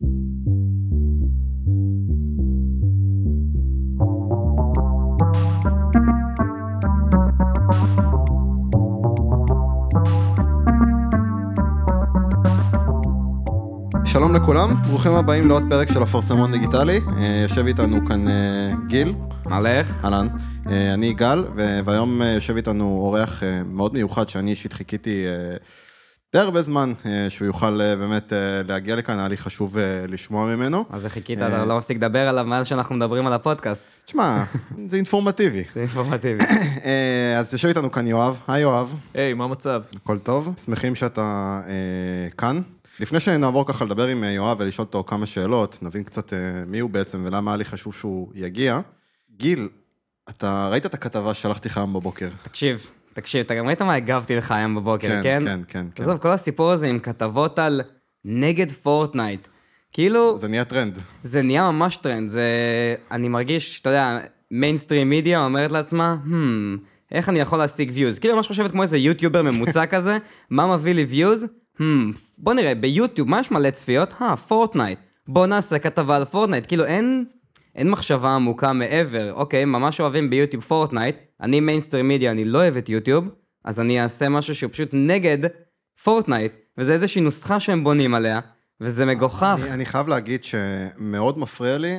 שלום לכולם, ברוכים הבאים לעוד פרק של אפרסמון דיגיטלי. יושב איתנו כאן גיל. מה הולך? אהלן. אני גל, והיום יושב איתנו אורח מאוד מיוחד שאני אישית חיכיתי די הרבה זמן שהוא יוכל באמת להגיע לכאן, היה לי חשוב לשמוע ממנו. אז חיכית, אתה לא מפסיק לדבר עליו מאז שאנחנו מדברים על הפודקאסט. תשמע, זה אינפורמטיבי. זה אינפורמטיבי. אז יושב איתנו כאן יואב. היי יואב. היי, מה המצב? הכל טוב, שמחים שאתה כאן. לפני שנעבור ככה לדבר עם יואב ולשאול אותו כמה שאלות, נבין קצת מי הוא בעצם ולמה היה לי חשוב שהוא יגיע. גיל, אתה ראית את הכתבה שלחתי לך היום בבוקר? תקשיב, אתה גם ראית מה הגבתי לך היום בבוקר, כן? כן. עזוב, כל הסיפור הזה עם כתבות על נגד פורטנייט, כאילו... זה נהיה טרנד. זה נהיה ממש טרנד, אני מרגיש, אתה יודע, מיינסטרים מידיה אומרת לעצמה, איך אני יכול להשיג ויוז? כאילו ממש חושבת כמו איזה יוטיובר ממוצע כזה, מה מביא לי ויוז? בוא נראה, ביוטיוב, מה יש מלא צפיות? פורטנייט. בוא נעשה כתבה על פורטנייט. כאילו, אין מחשבה עמוקה מעבר. אוקיי, ממש אוהבים ביוטיוב פורטנייט. אני מיינסטרים מידיה, אני לא אוהב את יוטיוב, אז אני אעשה משהו שהוא פשוט נגד פורטנייט, וזה איזושהי נוסחה שהם בונים עליה, וזה מגוחך. אני חייב להגיד שמאוד מפריע לי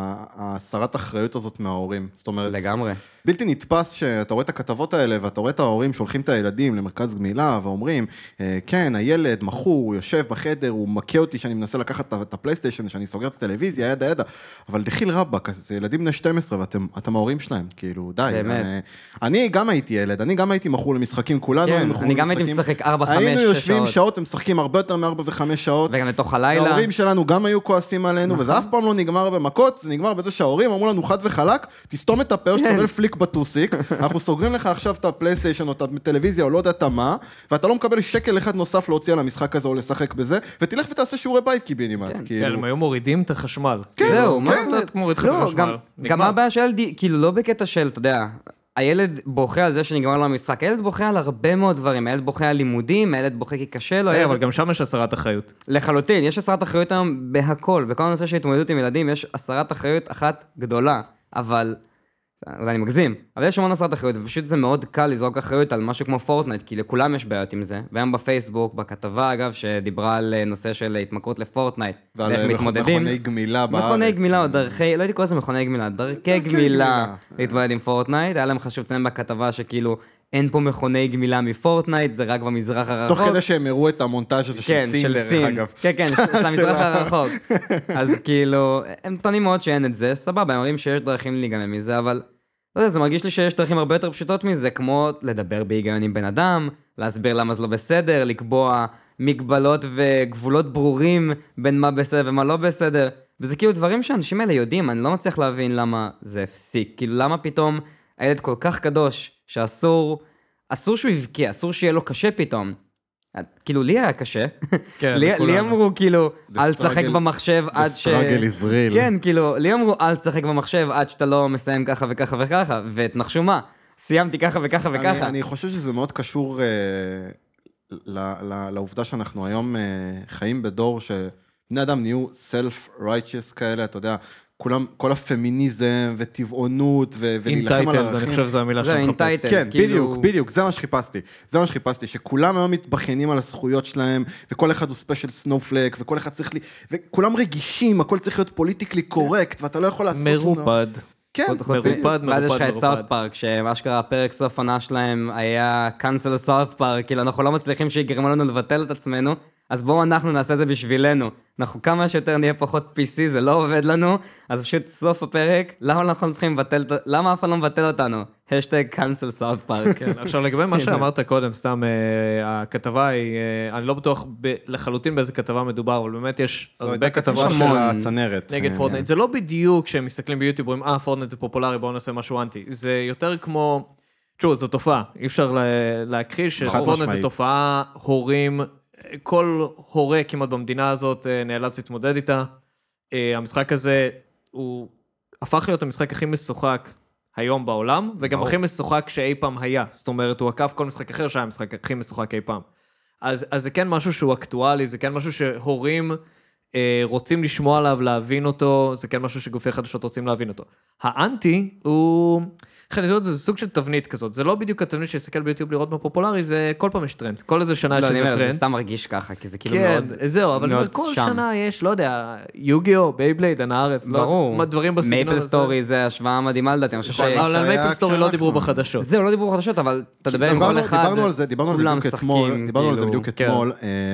הסרת האחריות הזאת מההורים. זאת אומרת, לגמרי. בלתי נתפס שאתה רואה את הכתבות האלה, ואתה רואה את ההורים שולחים את הילדים למרכז גמילה, ואומרים, כן, הילד מכור, הוא יושב בחדר, הוא מכה אותי שאני מנסה לקחת את הפלייסטיישן, שאני סוגר את הטלוויזיה, ידע. אבל דחיל רבק, זה ילדים בני 12, ואתם ההורים שלהם, כאילו, די. באמת. אני גם הייתי ילד, אני גם הייתי מכור למשחקים, כולנו כן, אני גם הייתי משחק 4-5 שעות. היינו יושבים שעות, הם משחקים הרבה יותר מ4 ו5 שעות. וגם לתוך הלילה. ההורים שלנו גם היו כועסים עלינו, וזה אף פעם לא נגמר במכות, זה נגמר בזה שההורים אמרו לנו חד וחלק, תסתום את הפה או שתקבל פליק בטוסיק, אנחנו סוגרים לך עכשיו את הפלייסטיישן או את הטלוויזיה או לא יודעת מה, ואתה לא מקבל שקל אחד נוסף להוציא על המשחק הזה או לשחק בזה, ותלך ותעשה שיעורי בית קיבינימט. כן, הם היו מורידים את החשמל. זהו, מה זאת אומרת? גם מה הבעיה של ילדי, כאילו לא בקטע של, אתה יודע, הילד בוכה על זה שנגמר לו המשחק, הילד בוכה על הרבה מאוד דברים, הילד בוכה על לימודים, הילד בוכה כי קשה לו. אבל גם שם יש הסרת אחריות. לחלוטין, יש הסרת אחריות היום בהכל, בכל הנושא של התמודדות עם ילדים יש הסרת אחריות אחת גדולה, אבל, אולי אני מגזים, אבל יש המון הסרת אחריות, ופשוט זה מאוד קל לזרוק אחריות על משהו כמו פורטנייט, כי לכולם יש בעיות עם זה, והם בפייסבוק, בכתבה אגב, שדיברה על נושא של התמכרות לפורטנייט, ואיך מתמודדים. מכוני גמילה בארץ. מכוני גמילה או דרכי, לא הייתי קורא לזה מכוני גמילה, דרכי גמילה להתמודד עם פורטנייט, היה להם חשוב לציין בכתבה שכאילו, אין פה מכוני גמילה מפורטנייט, זה רק במזרח הרחוק. תוך כדי שהם הראו את המונטאז' הזה של סין, דרך אגב. כן, של המזרח הרחוק. אז כאילו, הם טוענים מאוד שאין את זה, סבבה, הם אומרים שיש דרכים להיגמל מזה, אבל לא יודע, זה מרגיש לי שיש דרכים הרבה יותר פשוטות מזה, כמו לדבר בהיגיון עם בן אדם, להסביר למה זה לא בסדר, לקבוע מגבלות וגבולות ברורים בין מה בסדר ומה לא בסדר, וזה כאילו דברים שאנשים האלה יודעים, אני לא מצליח להבין למה זה הפסיק, כאילו למה פתאום הילד כל כך קדוש, שאסור שהוא יבכה, אסור שיהיה לו קשה פתאום. כאילו, לי היה קשה. לי אמרו, כאילו, אל תשחק במחשב עד ש... The struggle is real. כן, כאילו, לי אמרו, אל תשחק במחשב עד שאתה לא מסיים ככה וככה וככה, ותנחשו מה, סיימתי ככה וככה וככה. אני חושב שזה מאוד קשור לעובדה שאנחנו היום חיים בדור שבני אדם נהיו self-righteous כאלה, אתה יודע, כל הפמיניזם וטבעונות ולהילחם על הערכים. אני חושב שזו המילה שאני מחפש. כן, בדיוק, זה מה שחיפשתי, שכולם היום מתבחנים על הזכויות שלהם, וכל אחד הוא ספיישל סנופלק, וכל אחד צריך וכולם רגישים, הכל צריך להיות פוליטיקלי קורקט, ואתה לא יכול לעשות... מרופד. כן, מרופד. ואז יש לך את סאות' פארק, שמה שקרה, הפרק סוף עונה שלהם היה קאנסל סאות' פארק, כאילו אנחנו לא מצליחים שיגרמו לנו לבטל את עצמנו, אז בואו אנחנו נעשה זה בשבילנו. אנחנו כמה שיותר נהיה פחות PC, זה לא עובד לנו, אז פשוט סוף הפרק, למה אנחנו צריכים לבטל, למה אף אחד לא מבטל אותנו? השטג קאנסל סאות' פארק. עכשיו לגבי מה שאמרת קודם, סתם הכתבה היא, אני לא בטוח לחלוטין באיזה כתבה מדובר, אבל באמת יש הרבה כתבות של הצנרת. נגד פורטנייט. זה לא בדיוק כשהם מסתכלים ביוטיוב, רואים, פורטנייט זה פופולרי, בואו נעשה משהו אנטי. זה יותר כמו, תשמעו, זו תופעה, אי אפשר להכחיש שפורטנייט זה תופעה, הורים, כל הורה כמעט במדינה הזאת נאלץ להתמודד איתה. המשחק הזה הוא הפך להיות המשחק הכי משוחק היום בעולם, וגם הכי משוחק שאי פעם היה. זאת אומרת, הוא עקף כל משחק אחר שהיה המשחק הכי משוחק אי פעם. אז זה כן משהו שהוא אקטואלי, זה כן משהו שהורים רוצים לשמוע עליו, להבין אותו, זה כן משהו שגופי חדשות רוצים להבין אותו. האנטי הוא, זה סוג של תבנית כזאת, זה לא בדיוק התבנית שיסתכל ביוטיוב לראות מה פופולרי, זה כל פעם יש טרנד, כל איזה שנה יש איזה טרנד. זה סתם מרגיש ככה, כי זה כאילו מאוד שם. כן, זהו, אבל כל שנה יש, לא יודע, יוגיו, בייבלייד, הנערף, ברור. דברים בסגנון הזה. מייפל סטורי זה השוואה מדהימה לדעתי, אני חושב אבל על מייפל סטורי לא דיברו בחדשות. זהו, לא דיברו בחדשות, אבל תדבר עם כל אחד, דיברנו על זה בדיוק אתמול,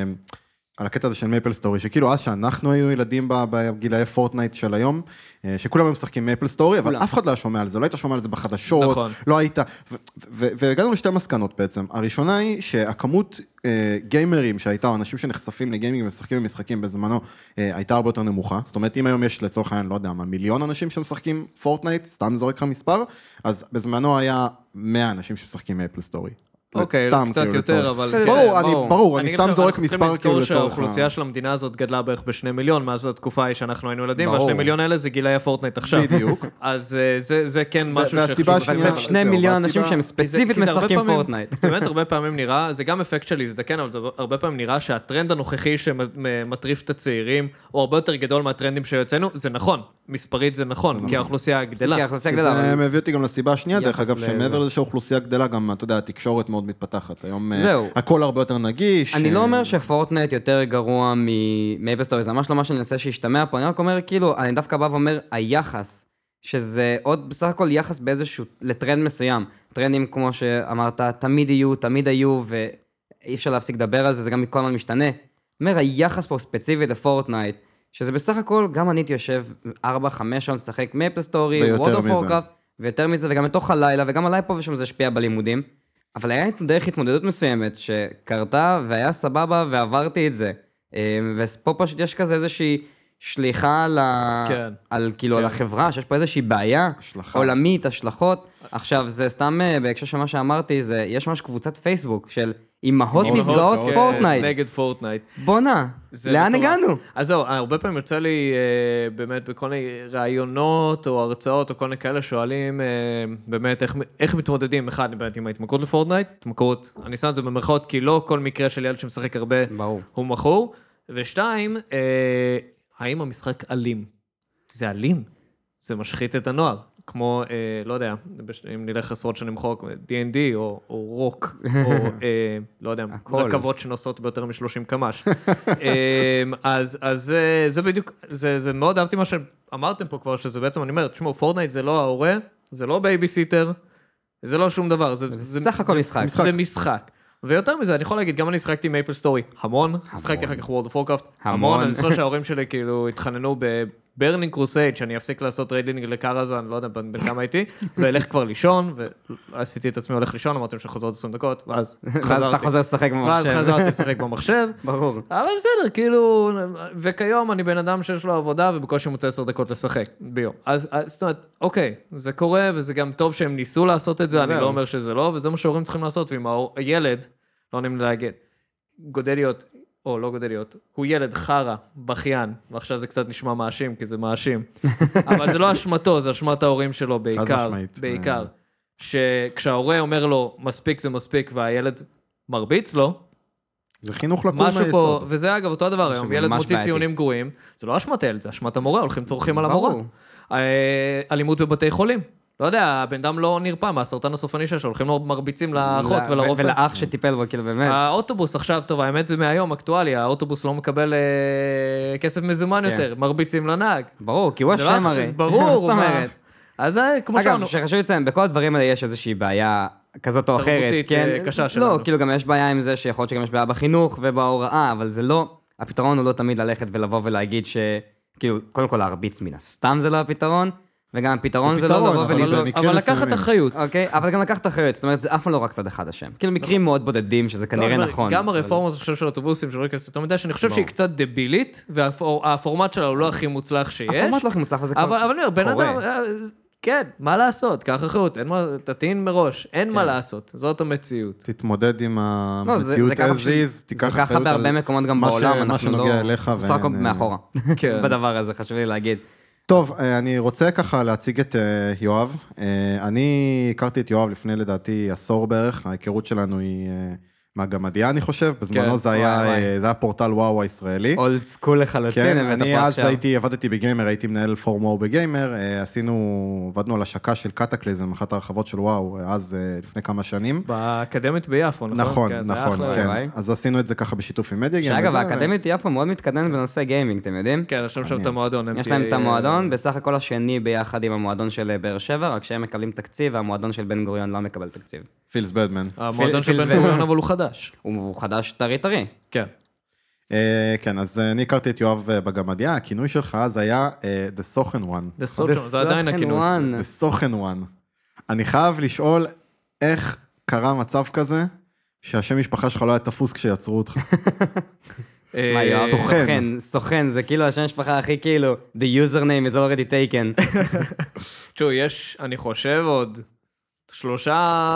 על הקטע הזה של מייפל סטורי, שכאילו אז שאנחנו היינו ילדים בגילאי פורטנייט של היום, שכולם היו משחקים מייפל סטורי, אבל אף אחד לא היה שומע על זה, לא היית שומע על זה בחדשות, לא היית, והגענו לשתי מסקנות בעצם. הראשונה היא שהכמות גיימרים שהייתה, או אנשים שנחשפים לגיימינג ומשחקים במשחקים בזמנו, הייתה הרבה יותר נמוכה. זאת אומרת, אם היום יש לצורך העניין, לא יודע מה, מיליון אנשים שמשחקים פורטנייט, סתם זורק לך מספר, אז בזמנו היה 100 אנשים שמשחקים מייפל סטורי. אוקיי, קצת יותר, אבל... ברור, אני סתם זורק מספר כאילו לצורך. שהאוכלוסייה של המדינה הזאת גדלה בערך ב2 מיליון, מאז התקופה היא שאנחנו היינו ילדים, וה2 מיליון האלה זה גילאי הפורטנייט עכשיו. בדיוק. אז זה כן משהו והסיבה השנייה... 2 מיליון אנשים שהם ספציפית משחקים פורטנייט. זה באמת הרבה פעמים נראה, זה גם אפקט שלי, זה כן, אבל זה הרבה פעמים נראה שהטרנד הנוכחי שמטריף את הצעירים, הוא הרבה יותר גדול מהטרנדים שיוצאנו, זה נכון, מספרית זה נכון, כי האוכלוסייה גדלה. זה מביא אותי גם לסיבה השנייה, דרך אגב, שמעבר לזה שהאוכלוסייה גדלה, גם, אתה יודע, התקשורת מאוד מתפתחת. היום הכל הרבה יותר נגיש. אני לא אומר שפורטנייט יותר גרוע ממייפל סטורי, זה ממש לא מה שאני אנסה שישתמע פה, אני רק אומר, כאילו, אני דווקא בא ואומר, היחס, שזה עוד בסך הכל יחס באיזשהו, לטרנד מסוים. טרנדים, כמו שאמרת, תמיד היו, ואי אפשר להפסיק לדבר על זה, זה גם מכל מה משתנה. אומר, היחס פה ספציפית לפורטנייט, שזה בסך הכל, גם אני יושב 4-5 שעות לשחק מייפל סטורי, וורד אוף וורקראפט, ויותר מזה, וגם לתוך הלילה, וגם עליי פה ושם זה השפיע בלימודים. אבל היה דרך התמודדות מסוימת שקרתה והיה סבבה ועברתי את זה. ופה פשוט יש כזה איזושהי שליחה על כאילו על החברה, שיש פה איזושהי בעיה עולמית, השלכות. עכשיו זה סתם בהקשר של מה שאמרתי, יש ממש קבוצת פייסבוק של אמהות נפגעות פורטנייט. נגד פורטנייט. בוא'נה, לאן הגענו? אז זהו, הרבה פעמים יוצא לי באמת בכל מיני רעיונות או הרצאות או כל מיני כאלה שואלים באמת איך מתמודדים, אחד באמת עם ההתמכרות לפורטנייט, התמכרות, אני שם את זה במרכאות כי לא כל מקרה של ילד שמשחק הרבה הוא מכור, ושתיים, האם המשחק אלים? זה אלים? זה משחית את הנוער. כמו, לא יודע, אם נלך עשרות שנים חוק, D&D או רוק, או לא יודע, רכבות שנוסעות ביותר מ-30 קמ"ש. אז זה בדיוק, זה מאוד אהבתי מה שאמרתם פה כבר, שזה בעצם, אני אומר, תשמעו, פורטנייט זה לא ההורה, זה לא בייביסיטר, זה לא שום דבר. זה סך הכל משחק. זה משחק. ויותר מזה, אני יכול להגיד, גם אני שחקתי מייפל סטורי, המון, שחקתי אחר כך וורד אוף וורקראפט, המון, אני זוכר שההורים שלי כאילו התחננו בברנינג קרוסייד, שאני אפסיק לעשות ריידינג לקרזן, לא יודע, בין כמה הייתי, ואלך כבר לישון, ועשיתי את עצמי הולך לישון, אמרתם שחזרות 20 דקות, ואז אתה חוזר לשחק במחשב. ואז חזרתי לשחק במחשב. ברור. אבל בסדר, כאילו, וכיום אני בן אדם שיש לו עבודה, ובקושי מוצא 10 דקות לשחק ביום. אז זאת אומרת, אוקיי, זה קורה, וזה גם טוב שהם ניסו לעשות את זה, אני לא אומר שזה לא, וזה מה שההורים צריכים לעשות, ואם הילד, לא נעים להגיד, גודליות, או לא גודליות, הוא ילד חרה, בכיין, ועכשיו זה קצת נשמע מאשים, כי זה מאשים, אבל זה לא אשמתו, זה אשמת ההורים שלו בעיקר, שכשההורה אומר לו, מספיק זה מספיק, והילד מרביץ לו, זה חינוך לקום מהיסוד. וזה אגב אותו הדבר, היום ילד מוציא ציונים גרועים, זה לא אשמת הילד, זה אשמת המורה, הולכים צורכים על המורה. אלימות בבתי חולים. לא יודע, הבן אדם לא נרפא מהסרטן הסופני שלו, הולכים לו מרביצים לאחות ולרופא. ולאח שטיפל בו, כאילו באמת. האוטובוס עכשיו, טוב, האמת זה מהיום, אקטואלי, האוטובוס לא מקבל כסף מזומן יותר, מרביצים לנהג. ברור, כי הוא השם הרי. ברור, אז זה כמו שאנו. אגב, שחשוב לציין, בכל הדברים האלה יש איזושהי בעיה כזאת או אחרת. תרבותית קשה שלנו. לא, כאילו גם יש בעיה עם זה, שיכול להיות שגם יש בעיה בחינוך ובהוראה, אבל זה לא, הפתרון הוא לא תמיד ללכת ולבוא ולהגיד שכאילו, קודם כל להרביץ מן הסתם זה לא הפתרון, וגם הפתרון זה לא לבוא ולזרוק. אבל לקחת אחריות. אוקיי, אבל גם לקחת אחריות, זאת אומרת, זה אף פעם לא רק צד אחד השם. כאילו מקרים מאוד בודדים שזה כנראה נכון. גם הרפורמה, אני חושב, של אוטובוסים, של ריקס יותר מדי, שאני חושב שהיא קצת דבילית, והפורמט שלה הוא לא הכי מוצלח שיש. הפורמט לא הכי מוצלח, וזה אבל אני אומר, בן אדם, כן, מה לעשות? קח אחריות, תטעין מראש, אין מה לעשות, זאת המציציאות. תתמודד עם המציאות הזיז, תיקח אחריות. זה ככה בהרבה מקומות גם בעולם, אנחנו לא... זה רק מאחורה, בדבר הזה, חשוב לי להגיד. טוב, אני רוצה ככה להציג את יואב. אני הכרתי את יואב לפני לדעתי עשור בערך, ההיכרות שלנו היא מהגמדיה, אני חושב, בזמנו זה היה פורטל וואו הישראלי. אולד סקול לחלוטין. כן, אני אז עבדתי בגיימר, הייתי מנהל פורום וואו בגיימר, עבדנו על השקה של קטקליזם, אחת הרחבות של וואו, אז לפני כמה שנים. באקדמית ביפו, נכון? נכון, כן. אז עשינו את זה ככה בשיתוף עם מדיה גיים. שאגב, האקדמית יפו מאוד מתקדמת בנושא גיימינג, אתם יודעים? כן, יש שם את המועדון. יש להם את המועדון, בסך הכל השני ביחד עם המועדון של באר שבע, רק שהם מקבלים תקציב, והמועדון של בן גוריון לא מקבל תקציב. פילס בדמן. המועדון של בן גוריון, אבל הוא חדש. הוא חדש טרי. כן. כן, אז אני הכרתי את יואב בגמדיה, הכינוי שלך אז היה The Sochen One. זה עדיין הכינוי. The Sochen One. אני חייב לשאול איך קרה מצב כזה, שהשם משפחה שלך לא היה תפוס כשיצרו אותך. סוכן, זה כאילו השם משפחה הכי כאילו, the username is already taken. תשמעו, יש, אני חושב, עוד 3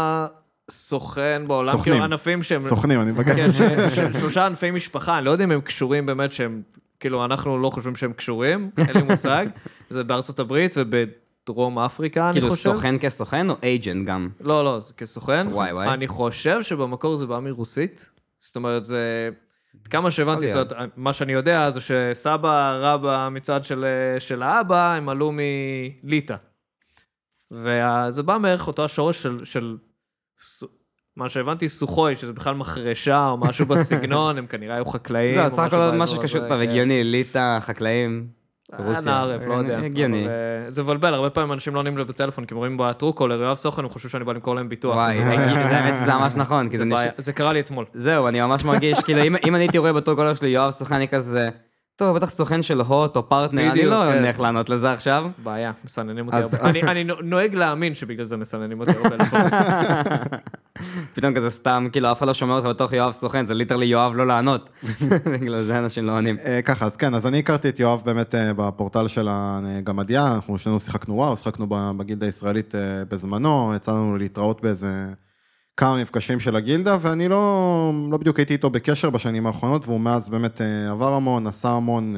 סוכן בעולם, כאילו ענפים שהם... סוכנים, אני מבקש. 3 ענפי משפחה, אני לא יודע אם הם קשורים באמת שהם, כאילו אנחנו לא חושבים שהם קשורים, אין לי מושג, זה בארצות הברית ובדרום אפריקה, אני חושב. כאילו סוכן כסוכן או agent גם? לא, זה כסוכן. אני חושב שבמקור זה בא מרוסית, זאת אומרת זה... כמה שהבנתי, מה שאני יודע זה שסבא רבא מצד של האבא, הם עלו מליטא. וזה בא מערך אותו השורש של מה שהבנתי, סוחוי, שזה בכלל מחרשה או משהו בסגנון, הם כנראה היו חקלאים. זה עשה כל משהו שקשור טוב, הגיוני, ליטא, חקלאים, רוסיה. נערף, לא יודע. הגיוני. זה מבלבל, הרבה פעמים אנשים לא עונים לי בטלפון, כי הם רואים בטרוקולר, יואב סוכן, הם חושבים שאני בא למכור להם ביטוח. וואי, זה האמת שזה ממש נכון. זה קרה לי אתמול. זהו, אני ממש מרגיש, כאילו, אם אני הייתי רואה בטרוקולר שלי, יואב סוכן, אני כזה... טוב, בטח סוכן של הוט או פרטנר, אני לא יודע איך לענות לזה עכשיו. בעיה, מסננים אותי הרבה. אני נוהג להאמין שבגלל זה מסננים אותי הרבה. פתאום כזה סתם, כאילו, אף אחד לא שומע אותך בתוך יואב סוכן, זה ליטרלי יואב לא לענות. בגלל זה אנשים לא עונים. ככה, אז כן, אז אני הכרתי את יואב באמת בפורטל של הגמדיה, אנחנו שנינו שיחקנו וואו, שיחקנו בגילדה הישראלית בזמנו, יצאנו להתראות באיזה... כמה מפגשים של הגילדה, ואני לא בדיוק הייתי איתו בקשר בשנים האחרונות, והוא מאז באמת עבר המון, עשה המון,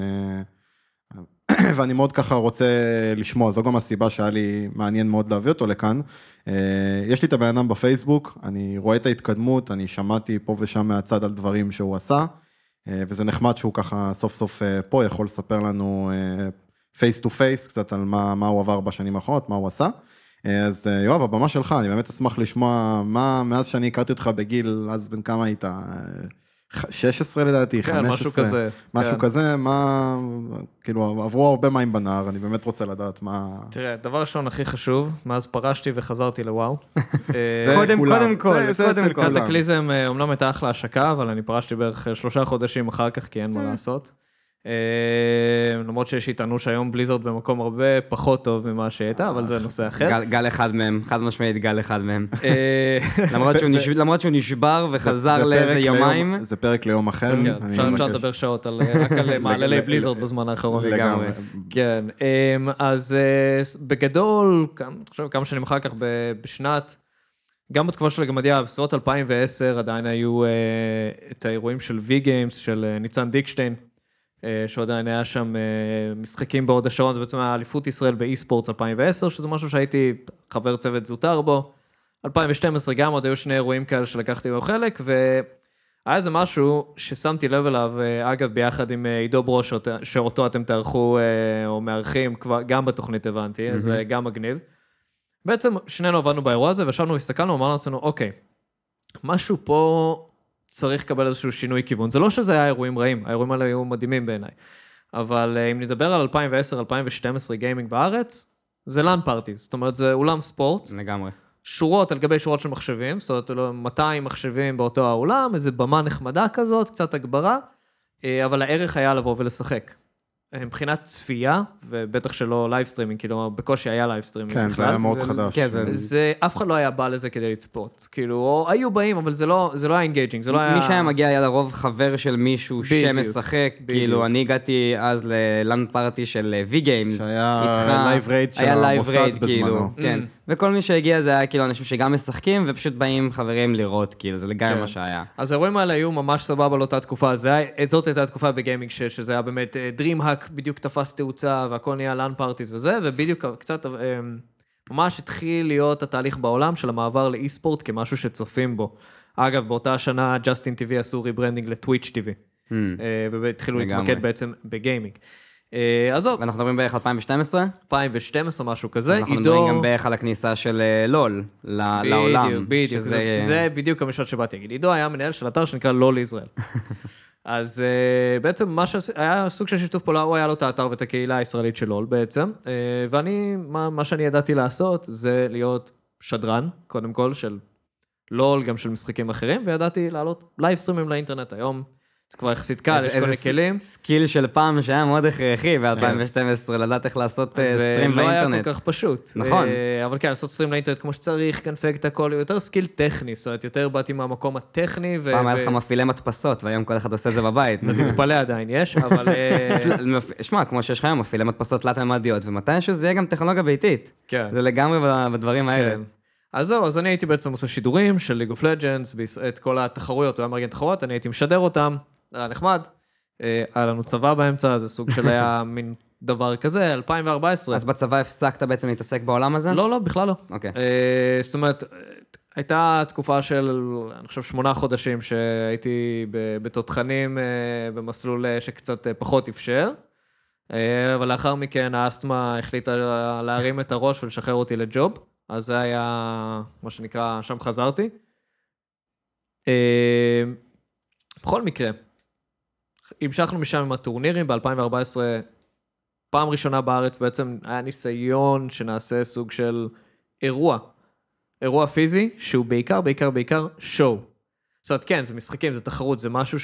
ואני מאוד ככה רוצה לשמוע, זו גם הסיבה שהיה לי מעניין מאוד להביא אותו לכאן. יש לי את הבן אדם בפייסבוק, אני רואה את ההתקדמות, אני שמעתי פה ושם מהצד על דברים שהוא עשה, וזה נחמד שהוא ככה סוף סוף פה, יכול לספר לנו פייס טו פייס, קצת על מה הוא עבר בשנים האחרונות, מה הוא עשה. אז יואב, הבמה שלך, אני באמת אשמח לשמוע מאז שאני הכרתי אותך בגיל, אז בין כמה היית? 16 לדעתי, 15. כן, משהו כזה. משהו כזה, כאילו, עברו הרבה מים בנהר, אני באמת רוצה לדעת מה... תראה, דבר ראשון הכי חשוב, מאז פרשתי וחזרתי לוואו. קודם כל. קטקליזם, אומנם הייתה אחלה השקה, אבל אני פרשתי בערך 3 חודשים אחר כך, כי אין מה לעשות. למרות שיש איתנו שהיום בליזרד במקום הרבה פחות טוב ממה שהייתה, אבל זה נושא אחר. גל אחד מהם, חד משמעית גל אחד מהם. למרות שהוא נשבר וחזר לאיזה יומיים. זה פרק ליום אחר. אפשר לדבר שעות רק על מעללי בליזרד בזמן האחרון. לגמרי. כן, אז בגדול, כמה שנים אחר כך בשנת, גם בתקופה של הגמדיה, בסביבות 2010 עדיין היו את האירועים של V-Games, של ניצן דיקשטיין, שעדיין היה שם משחקים בהוד השרון, זה בעצם האליפות ישראל באי-ספורטס 2010, שזה משהו שהייתי חבר צוות זוטר בו. 2012 גם עוד היו 2 אירועים כאלה שלקחתי בו חלק, והיה איזה משהו ששמתי לב אליו, אגב, ביחד עם עידו ברוש, שאותו אתם תערכו או מארחים, גם בתוכנית הבנתי, אז זה גם מגניב. בעצם שנינו עבדנו באירוע הזה, וישבנו והסתכלנו, אמרנו לעצמנו, אוקיי, משהו פה... צריך לקבל איזשהו שינוי כיוון. זה לא שזה היה אירועים רעים, האירועים האלה היו מדהימים בעיניי. אבל אם נדבר על 2010-2012 גיימינג בארץ, זה לן פארטיז. זאת אומרת, זה אולם ספורט. לגמרי. שורות על גבי שורות של מחשבים, זאת אומרת, 200 מחשבים באותו האולם, איזו במה נחמדה כזאת, קצת הגברה, אבל הערך היה לבוא ולשחק. מבחינת צפייה, ובטח שלא לייב סטרימינג, כאילו בקושי היה לייב סטרימינג. כן, זה היה מאוד חדש. אף אחד לא היה בא לזה כדי לצפות. כאילו, היו באים, אבל זה לא היה אינגייג'ינג, זה לא היה... מי שהיה מגיע היה לרוב חבר של מישהו שמשחק, כאילו, אני הגעתי אז ללאן פארטי של V-Games. שהיה לייב רייד של המוסד בזמנו. כן, וכל מי שהגיע זה היה כאילו אנשים שגם משחקים, ופשוט באים חברים לראות, כאילו, זה לגמרי מה שהיה. אז האירועים האלה היו ממש סבבה לאותה תקופה, זאת הייתה תקופה בגיימינג שזה היה באמת DreamHack בדיוק תפס תאוצה, והכל נהיה LAN parties וזה, ובדיוק קצת ממש התחיל להיות התהליך בעולם של המעבר לאי-ספורט כמשהו שצופים בו. אגב, באותה השנה, ג'סטין TV עשו ריברנדינג לטוויץ' TV, והתחילו להתמקד בעצם בגיימינג. עזוב. ואנחנו מדברים בערך 2012? 2012, משהו כזה. אז אנחנו מדברים גם בערך על הכניסה של לול לעולם. בדיוק, זה בדיוק המשפט שבאתי להגיד. עידו היה מנהל של אתר שנקרא לול ישראל. אז בעצם היה סוג של שיתוף פעולה, הוא היה לו את האתר ואת הקהילה הישראלית של לול בעצם, ואני, מה שאני ידעתי לעשות זה להיות שדרן, קודם כל, של לול, גם של משחקים אחרים, וידעתי לעלות לייב סטרימים לאינטרנט היום. זה כבר יחסית קל, יש כל מיני כלים. סקיל של פעם שהיה מאוד הכרחי ב-2012, לדעת איך לעשות סטרים באינטרנט. זה לא היה כל כך פשוט. נכון. אבל כן, לעשות סטרים לאינטרנט כמו שצריך, קנפג את הכל, יותר סקיל טכני, זאת אומרת, יותר באתי מהמקום הטכני. פעם היה לך מפעילי מדפסות, והיום כל אחד עושה זה בבית. אתה תתפלא עדיין, יש, אבל... שמע, כמו שיש לך היום, מפעילי מדפסות תלת-ממדיות, ומתישהו זה יהיה גם טכנולוגיה ביתית. כן. זה לגמרי בדברים האלה. אז זהו, אז אני הייתי בעצם עושה שידורים של League of Legends, את כל התחרויות, הוא היה מארגן תחרויות, אני הייתי משדר אותם, היה נחמד, היה לנו צבא באמצע, זה סוג של היה מין דבר כזה, 2014. אז בצבא הפסקת בעצם להתעסק בעולם הזה? לא, בכלל לא. אוקיי. זאת אומרת, הייתה תקופה של, אני חושב, 8 חודשים שהייתי בתותחנים במסלול שקצת פחות אפשר, אבל לאחר מכן האסטמה החליטה להרים את הראש ולשחרר אותי לג'וב, אז זה היה, מה שנקרא, שם חזרתי. בכל מקרה, המשכנו משם עם הטורנירים, ב-2014, פעם ראשונה בארץ בעצם היה ניסיון שנעשה סוג של אירוע פיזי, שהוא בעיקר שואו. זאת אומרת, כן, זה משחקים, זה תחרות, זה משהו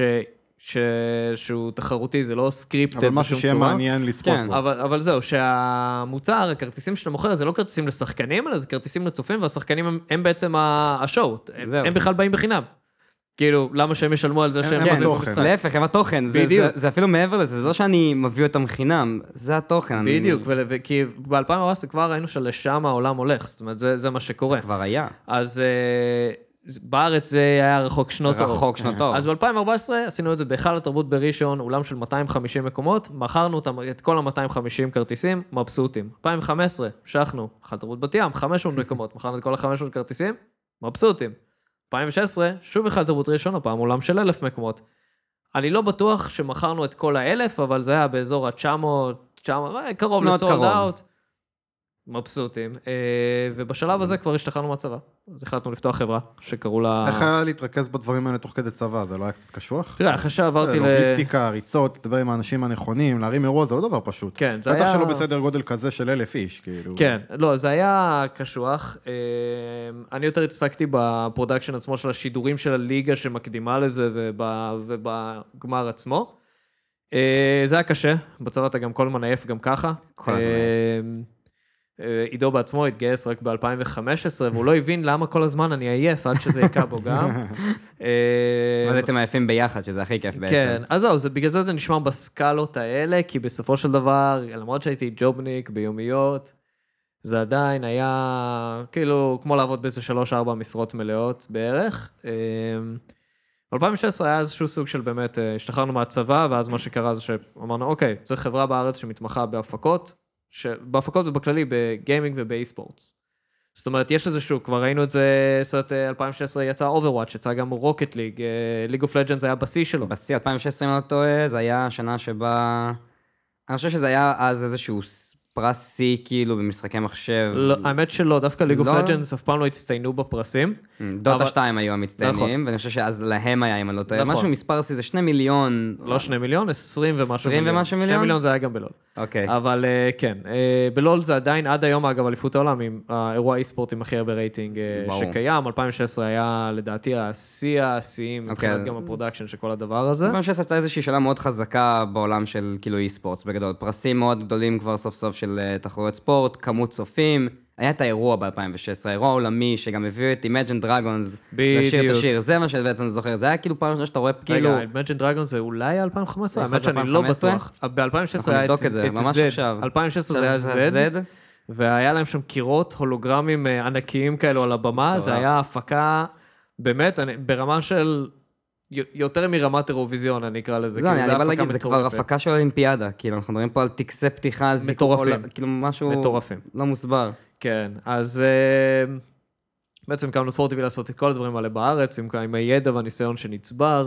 שהוא תחרותי, זה לא סקריפטד בשום צורה. אבל משהו שיהיה מעניין לצפות בו. אבל זהו, שהמוצר, הכרטיסים שאתה מוכר, זה לא כרטיסים לשחקנים, אלא זה כרטיסים לצופים, והשחקנים הם בעצם השואו. הם בכלל באים בחינם. כאילו, למה שהם ישלמו על זה שהם... הם התוכן. להפך, הם התוכן. זה אפילו מעבר לזה, זה לא שאני מביא אותם חינם, זה התוכן. בדיוק, כי ב-2014 כבר ראינו שלשם העולם הולך, זאת אומרת, זה מה שקורה. זה כבר היה. אז בארץ זה היה רחוק שנות אור. רחוק שנות אור. אז ב-2014 עשינו את זה בהיכל התרבות בראשון, אולם של 250 מקומות, מכרנו את כל ה-250 כרטיסים, מבסוטים. 2015, המשכנו, היכל התרבות בת ים, 500 מקומות, מכרנו את כל ה-500 כרטיסים, מבסוטים. 2016, שוב היכל תרבות ראשון, הפעם אולם של 1,000 מקומות. אני לא בטוח שמכרנו את כל ה-1,000, אבל זה היה באזור ה-900, קרוב לסולד אאוט. מבסוטים. ובשלב הזה כבר השתחררנו מהצבא. אז החלטנו לפתוח חברה שקראו לה... איך היה להתרכז בדברים האלה תוך כדי צבא? זה לא היה קצת קשוח? תראה, אחרי שעברתי לוגיסטיקה, ריצות, לדבר עם האנשים הנכונים, להרים אירוע, זה לא דבר פשוט. כן, זה היה... בטח שלא בסדר גודל כזה של 1,000 איש, כאילו. כן, לא, זה היה קשוח. אני יותר התעסקתי בפרודקשן עצמו של השידורים של הליגה שמקדימה לזה ובגמר עצמו. זה היה קשה, בצבא אתה גם כל הזמן עייף גם ככה. כל הזמן עייף. עידו בעצמו התגייס רק ב-2015, והוא לא הבין למה כל הזמן אני עייף, עד שזה יקע בו גם. אבל אתם עייפים ביחד, שזה הכי כיף בעצם. כן, אז זהו, בגלל זה נשמע בסקלות האלה, כי בסופו של דבר, למרות שהייתי ג'ובניק ביומיות, זה עדיין היה כאילו כמו לעבוד באיזה 3-4 משרות מלאות בערך. ב-2016 היה איזשהו סוג של באמת, השתחררנו מהצבא, ואז מה שקרה זה שאמרנו, אוקיי, זו חברה בארץ שמתמחה בהפקות, בהפקות ובכללי בגיימינג ובאי-ספורטס. זאת אומרת, יש איזשהו, כבר ראינו את זה, סרט 2016 יצא Overwatch, יצא גם רוקט ליג, League of Legends היה בשיא שלו. בשיא 2016, אם לא טועה, זה היה השנה שבה... אני חושב שזה היה אז איזשהו פרס שיא, כאילו, במשחקי מחשב. לא, האמת שלא, דווקא League of Legends אף פעם לא הצטיינו בפרסים. דוטה 2 היו המצטיינים, ואני חושב שאז להם היה, אם אני לא טועה. משהו מספר שיא זה 2 מיליון. לא 2 מיליון, 20 ומשהו מיליון. 20 ומשהו מיליון? 2 מיליון זה היה גם בלול. אוקיי. אבל כן, בלול זה עדיין עד היום, אגב, אליפות העולם, עם האירוע אי-ספורטים הכי הרבה רייטינג שקיים. 2016 היה לדעתי השיא השיאים, מבחינת גם הפרודקשן של כל הדבר הזה. 2016 הייתה איזושהי שאלה מאוד חזקה בעולם של כאילו אי-ספורטס בגדול. פרסים מאוד גדולים כבר סוף סוף של תחרויות ספורט, כמות צופים. היה את האירוע ב-2016, האירוע העולמי, שגם הביאו את Imagine Dragons לשיר את השיר, זה מה שבעצם זוכר, זה היה כאילו פעם ראשונה שאתה רואה כאילו... רגע, Imagine Dragons זה אולי 2015? האמת שאני לא בטוח. ב-2016 היה את Z, 2016 זה היה Z, והיה להם שם קירות הולוגרמים ענקיים כאלו על הבמה, זה היה הפקה, באמת, ברמה של... יותר מרמת אירוויזיון, אני אקרא לזה. זה, אני בא להגיד, זה כבר הפקה של אולימפיאדה, כאילו, אנחנו מדברים פה על טקסי פתיחה, מטורפים. כאילו משהו... מטורפים. לא מוסבר. כן, אז בעצם קמנו את פורטיבי לעשות את כל הדברים האלה בארץ, עם הידע והניסיון שנצבר.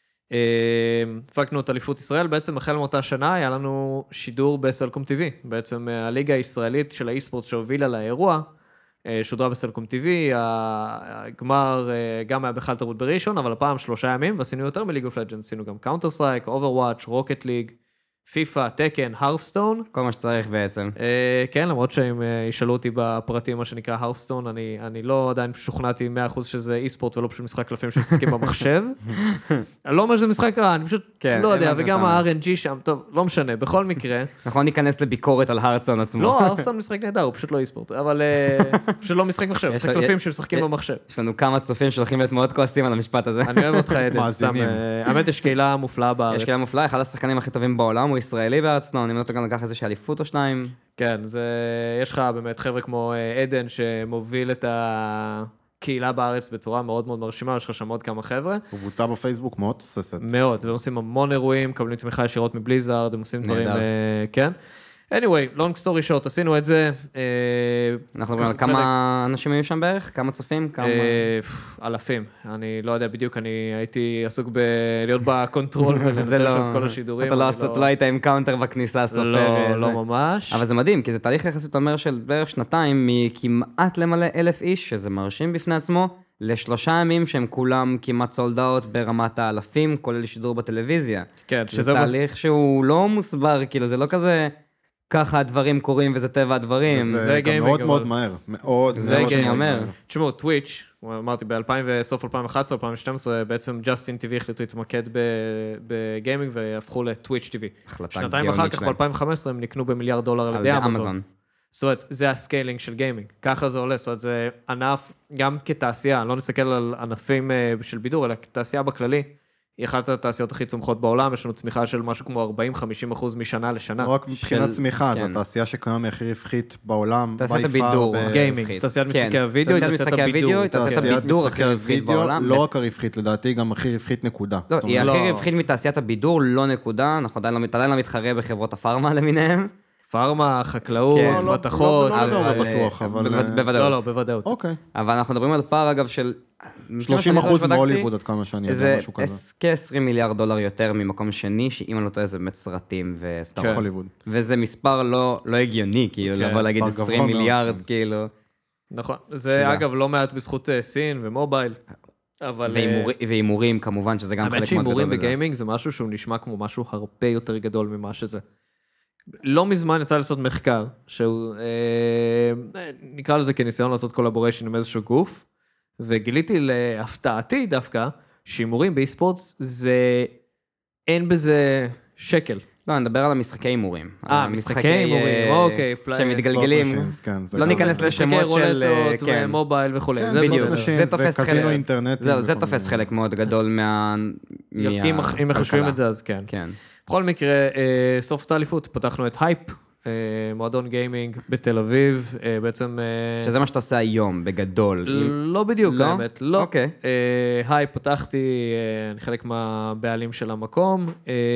הפקנו את אליפות ישראל, בעצם החל מאותה שנה היה לנו שידור בסלקום TV, בעצם הליגה הישראלית של האי-ספורט שהובילה לאירוע, שודרה בסלקום TV, הגמר גם היה בחל תרבות בראשון, אבל הפעם 3 ימים, ועשינו יותר מליג אוף לג'נדס, עשינו גם קאונטר סטרייק, אוברוואץ', רוקט ליג, פיפה, טקן, הרפסטון. כל מה שצריך בעצם. כן, למרות שהם ישאלו אותי בפרטים, מה שנקרא הרפסטון, אני לא עדיין שוכנעתי 100% שזה אי-ספורט ולא פשוט משחק קלפים שמשחקים במחשב. אני לא אומר שזה משחק רע, אני פשוט לא יודע, וגם ה-RNG שם, טוב, לא משנה, בכל מקרה. נכון, ניכנס לביקורת על הרפסטון עצמו. לא, הרפסטון משחק נהדר, הוא פשוט לא אי-ספורט, אבל פשוט לא משחק מחשב, משחק קלפים שמשחקים במחשב. יש לנו כמה צופים שהולכים להיות מאוד כועסים על המשפט הזה. אני אוהב אותך, עדן, סתם, האמת, יש קהילה מופלאה בארץ. יש קהילה מופלאה, אחד השחקנים הכי טובים בעולם, הוא ישראלי בארצלון, אם לא גם לקח איזושהי אליפות או 2. כן, יש לך באמת חבר'ה כמו עדן שמוביל את הקהילה בארץ בצורה מאוד מאוד מרשימה, יש לך שם עוד כמה חבר'ה. קבוצה בפייסבוק מאוד תוססת. מאוד, והם עושים המון אירועים, מקבלים תמיכה ישירות מבליזארד, הם עושים דברים, כן. anyway, long story short, עשינו את זה. אנחנו מדברים על כמה אנשים היו שם בערך? כמה צופים? אלפים. אני לא יודע בדיוק, אני הייתי עסוק בלהיות בקונטרול ולנתר שם את כל השידורים. אתה לא היית עם קאונטר בכניסה סופר. לא ממש. אבל זה מדהים, כי זה תהליך יחסית אומר של בערך 2 מכמעט למלא 1,000 איש, שזה מרשים בפני עצמו, ל3 ימים שהם כולם כמעט סולדאות ברמת האלפים, כולל שידור בטלוויזיה. כן, שזה תהליך שהוא לא מוסבר, כאילו זה לא כזה... ככה הדברים קורים וזה טבע הדברים. זה גם מאוד מאוד מהר. מאוד, זה מה שאני אומר. תשמעו, טוויץ', אמרתי בסוף 2011, 2012, בעצם ג'סטין TV החליטו להתמקד בגיימינג והפכו לטוויץ' TV. שנתיים אחר כך, ב-2015, הם נקנו ב$1 מיליארד על ידי אמזון. זאת אומרת, זה הסקיילינג של גיימינג. ככה זה עולה, זאת אומרת, זה ענף, גם כתעשייה, לא נסתכל על ענפים של בידור, אלא כתעשייה בכללי. היא אחת התעשיות הכי צומחות בעולם, יש לנו צמיחה של משהו כמו 40-50% משנה לשנה. לא רק מבחינת צמיחה, זו התעשייה שכיום היא הכי רווחית בעולם. תעשיית הבידור. גיימינג, תעשיית משחקי הוידאו, היא תעשיית הבידור. תעשיית הבידור הכי רווחית בעולם. לא רק הרווחית, לדעתי גם הכי רווחית נקודה. לא, היא הכי רווחית מתעשיית הבידור, לא נקודה, אנחנו עדיין לא מתחרה בחברות הפארמה למיניהם. פארמה, חקלאות, מתכות. לא בטוח, אבל... בוודאות. לא, בוודאות. אוקיי. אבל אנחנו מדברים על פער, אגב, של... 30% מהוליווד עד כמה שאני יודע, משהו כזה. זה כ$20 מיליארד יותר ממקום שני, שאם אני לא טועה זה באמת סרטים וסטארט. הוליווד. וזה מספר לא הגיוני, כאילו, לבוא להגיד 20 מיליארד, כאילו. נכון. זה אגב לא מעט בזכות סין ומובייל. והימורים כמובן, שזה גם חלק מאוד גדול. האמת שהימורים בגיימינג זה משהו שהוא נשמע כמו משהו הרבה יותר גדול ממה שזה. לא מזמן יצא לעשות מחקר, שהוא נקרא לזה כניסיון לעשות קולבוריישן עם איזשהו גוף, וגיליתי להפתעתי דווקא, שהימורים באי-ספורטס זה, אין בזה שקל. לא, אני מדבר על המשחקי הימורים. משחקי הימורים, אוקיי. שמתגלגלים. לא ניכנס לשמות של... רולטות, מובייל וכו'. בדיוק, זה תופס תופס חלק מאוד גדול מה... אם מחשבים את זה, אז כן. בכל מקרה, סוף את האליפות, פתחנו את הייפ, מועדון גיימינג בתל אביב, בעצם... שזה מה שאתה עושה היום, בגדול. לא בדיוק, האמת, לא. אוקיי. הייפ, פתחתי, אני חלק מהבעלים של המקום.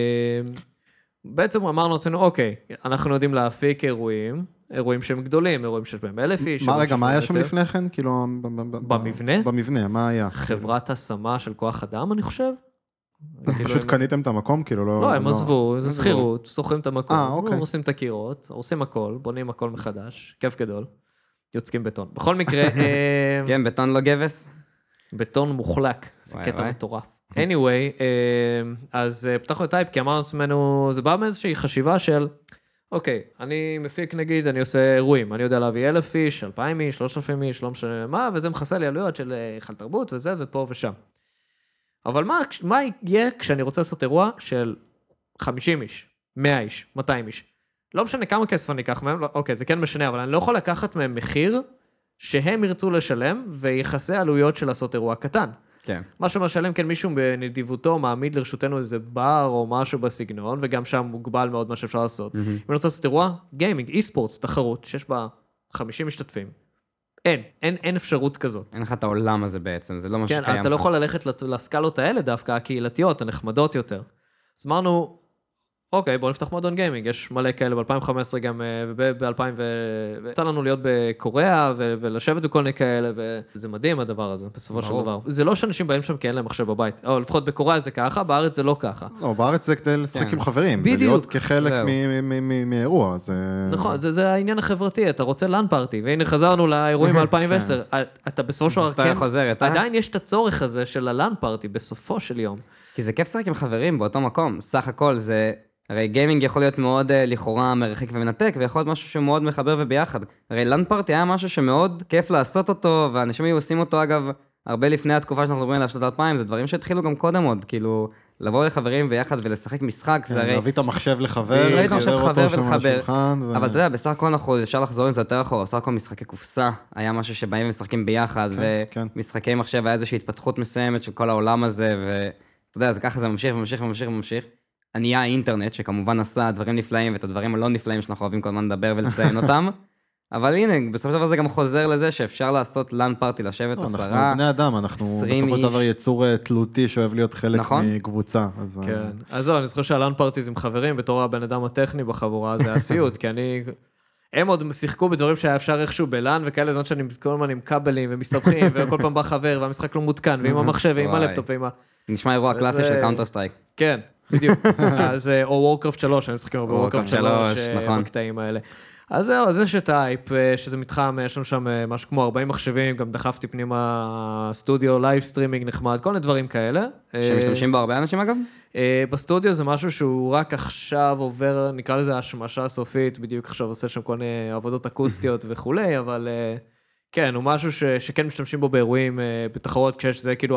בעצם אמרנו אצלנו, אוקיי, אנחנו יודעים להפיק אירועים שהם גדולים, אירועים שיש בהם 1,000 איש. מה רגע, מה היה שם לפני כן? כאילו... במבנה? במבנה, מה היה? חברת השמה של כוח אדם, אני חושב. פשוט קניתם את המקום, כאילו לא... לא, הם עזבו, זה שכירות, שוכרים את המקום, עושים את הקירות, עושים הכל, בונים הכל מחדש, כיף גדול, יוצקים בטון. בכל מקרה... כן, בטון לא גבס? בטון מוחלק, זה קטע מטורף. anyway, אז פתחנו את טייפ, כי אמרנו לעצמנו, זה בא מאיזושהי חשיבה של, אוקיי, אני מפיק נגיד, אני עושה אירועים, אני יודע להביא 1,000 איש, 2,000 איש, 3,000 איש, לא משנה מה, וזה מכסה לי עלויות של חל תרבות וזה ופה ושם. אבל מה יהיה כשאני רוצה לעשות אירוע של 50 איש, 100 איש, 200 איש? לא משנה כמה כסף אני אקח מהם, אוקיי, זה כן משנה, אבל אני לא יכול לקחת מהם מחיר שהם ירצו לשלם, ויחסה עלויות של לעשות אירוע קטן. כן. משהו משלם, כן, מישהו בנדיבותו מעמיד לרשותנו איזה בר או משהו בסגנון, וגם שם מוגבל מאוד מה שאפשר לעשות. אם אני רוצה לעשות אירוע, גיימינג, אי-ספורטס, תחרות, שיש בה 50 משתתפים. אין אפשרות כזאת. אין לך את העולם הזה בעצם, זה לא מה שקיים. כן, אתה לא יכול ללכת לסקלות האלה דווקא, הקהילתיות, הנחמדות יותר. אז אמרנו, אוקיי, בואו נפתח מועדון גיימינג, יש מלא כאלה ב-2015 גם, וב-2000, ויצא לנו להיות בקוריאה, ולשבת וכל מיני כאלה, וזה מדהים הדבר הזה, בסופו של דבר. זה לא שאנשים באים שם כי אין להם מחשב בבית, או לפחות בקוריאה זה ככה, בארץ זה לא ככה. לא, בארץ זה כדי לשחק עם חברים, זה להיות כחלק מאירוע. נכון, זה העניין החברתי, אתה רוצה לן פארטי, והנה חזרנו לאירועים ב-2010, אתה בסופו של דבר, עדיין יש את הצורך הזה של הלן פארטי בסופו של יום. כי זה כיף לשחק עם חברים באותו מקום, סך הכל זה, הרי גיימינג יכול להיות מאוד לכאורה מרחיק ומנתק, ויכול להיות משהו שמאוד מחבר וביחד. הרי לן פארטי היה משהו שמאוד כיף לעשות אותו, ואנשים היו עושים אותו אגב, הרבה לפני התקופה שאנחנו מדברים על שנות 2000, זה דברים שהתחילו גם קודם עוד, כאילו, לבוא לחברים ביחד ולשחק משחק, זה הרי... להביא את המחשב לחבר, להביא את המחשב לחבר ולחבר, אבל אתה יודע, בסך הכל אנחנו אפשר לחזור עם זה יותר אחורה, בסך הכל משחקי קופסה, היה משהו שבאים ומשחקים ביחד, ומשחקי מחשב היה איזושהי התפתחות מסוימת של כל העולם הזה, ואתה יודע, זה ככה זה ממשיך וממשיך וממשיך וממשיך. ענייה האינטרנט, שכמובן עשה דברים נפלאים, ואת הדברים הלא נפלאים שאנחנו אוהבים כל הזמן לדבר ולציין אותם, אבל הנה, בסופו של דבר זה גם חוזר לזה שאפשר לעשות לן פארטי, לשבת 10, 20 איש. אנחנו בני אדם, אנחנו בסופו של דבר יצור תלותי שאוהב להיות חלק מקבוצה. כן, אז זהו, אני זוכר שהלן פארטיז עם חברים, בתור הבן אדם הטכני בחבורה, זה הסיוט, כי הם עוד שיחקו בדברים שהיה אפשר איכשהו בלן, וכאלה זאת שאני כל הזמן עם כבלים ומסתבכים, וכל פעם בא חבר, והמשחק לא מותקן, ועם המחשב, ועם הלפטופ, ועם נשמע אירוע קלאסי של קאונטר סטרייק. כן, בדיוק. אז, או וורקראפט 3, אני משחקים הרבה וורקראפט 3, בקטעים האלה. אז זהו, אז יש את טייפ, שזה מתחם, יש לנו שם משהו כמו 40 מחשבים, גם דחפתי פנימה סטודיו, לייב סטרימינג נחמד, כל מיני דברים כאלה. שמשתמשים בו הרבה אנשים אגב? בסטודיו זה משהו שהוא רק עכשיו עובר, נקרא לזה השמשה סופית, בדיוק עכשיו עושה שם כל מיני עבודות אקוסטיות וכולי, אבל כן, הוא משהו שכן משתמשים בו באירועים, בתחרות, כשזה כאילו,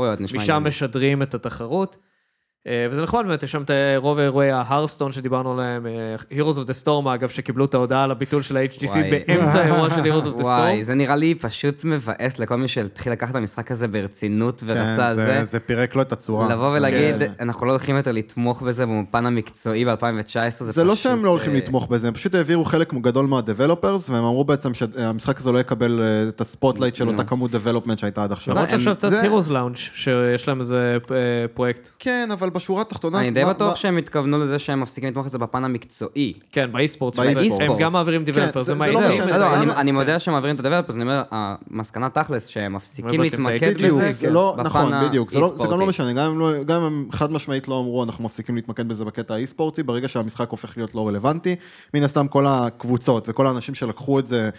משם משדרים את התחרות. וזה נכון, באמת, יש שם את רוב אירועי ההרפסטון שדיברנו עליהם, Heroes of the Storm, אגב, שקיבלו את ההודעה על הביטול של ה-HTC באמצע האירוע של Heroes of the Storm. וואי, זה נראה לי פשוט מבאס לכל מי שהתחיל לקחת את המשחק הזה ברצינות ורצה זה. כן, זה פירק לו את הצורה. לבוא ולהגיד, אנחנו לא הולכים יותר לתמוך בזה במפן המקצועי ב-2019. זה לא שהם לא הולכים לתמוך בזה, הם פשוט העבירו חלק גדול מה-developers, והם אמרו בעצם שהמשחק הזה לא יקבל את הספוטלייט של אותה כמות development שהייתה עד עכשיו. למרות שעכשיו קצת Heroes Lounge, שיש להם איזה פרויקט. כן, אבל בשורה התחתונה... אני די בטוח שהם התכוונו לזה שהם מפסיקים לתמוך את זה בפן המקצועי. כן, באי-ספורט. הם גם מעבירים דיבלופרס. אני יודע שהם מעבירים את הדיבלופרס, אני אומר, המסקנה תכלס שהם מפסיקים להתמקד בזה נכון, בדיוק, זה גם לא משנה, גם הם חד משמעית לא אמרו, אנחנו מפסיקים להתמקד בזה בקטע האי-ספורטי, ברגע שהמשחק הופך להיות לא רלוונטי, מן הסתם כל הקבוצות וכל האנשים שלקחו את זה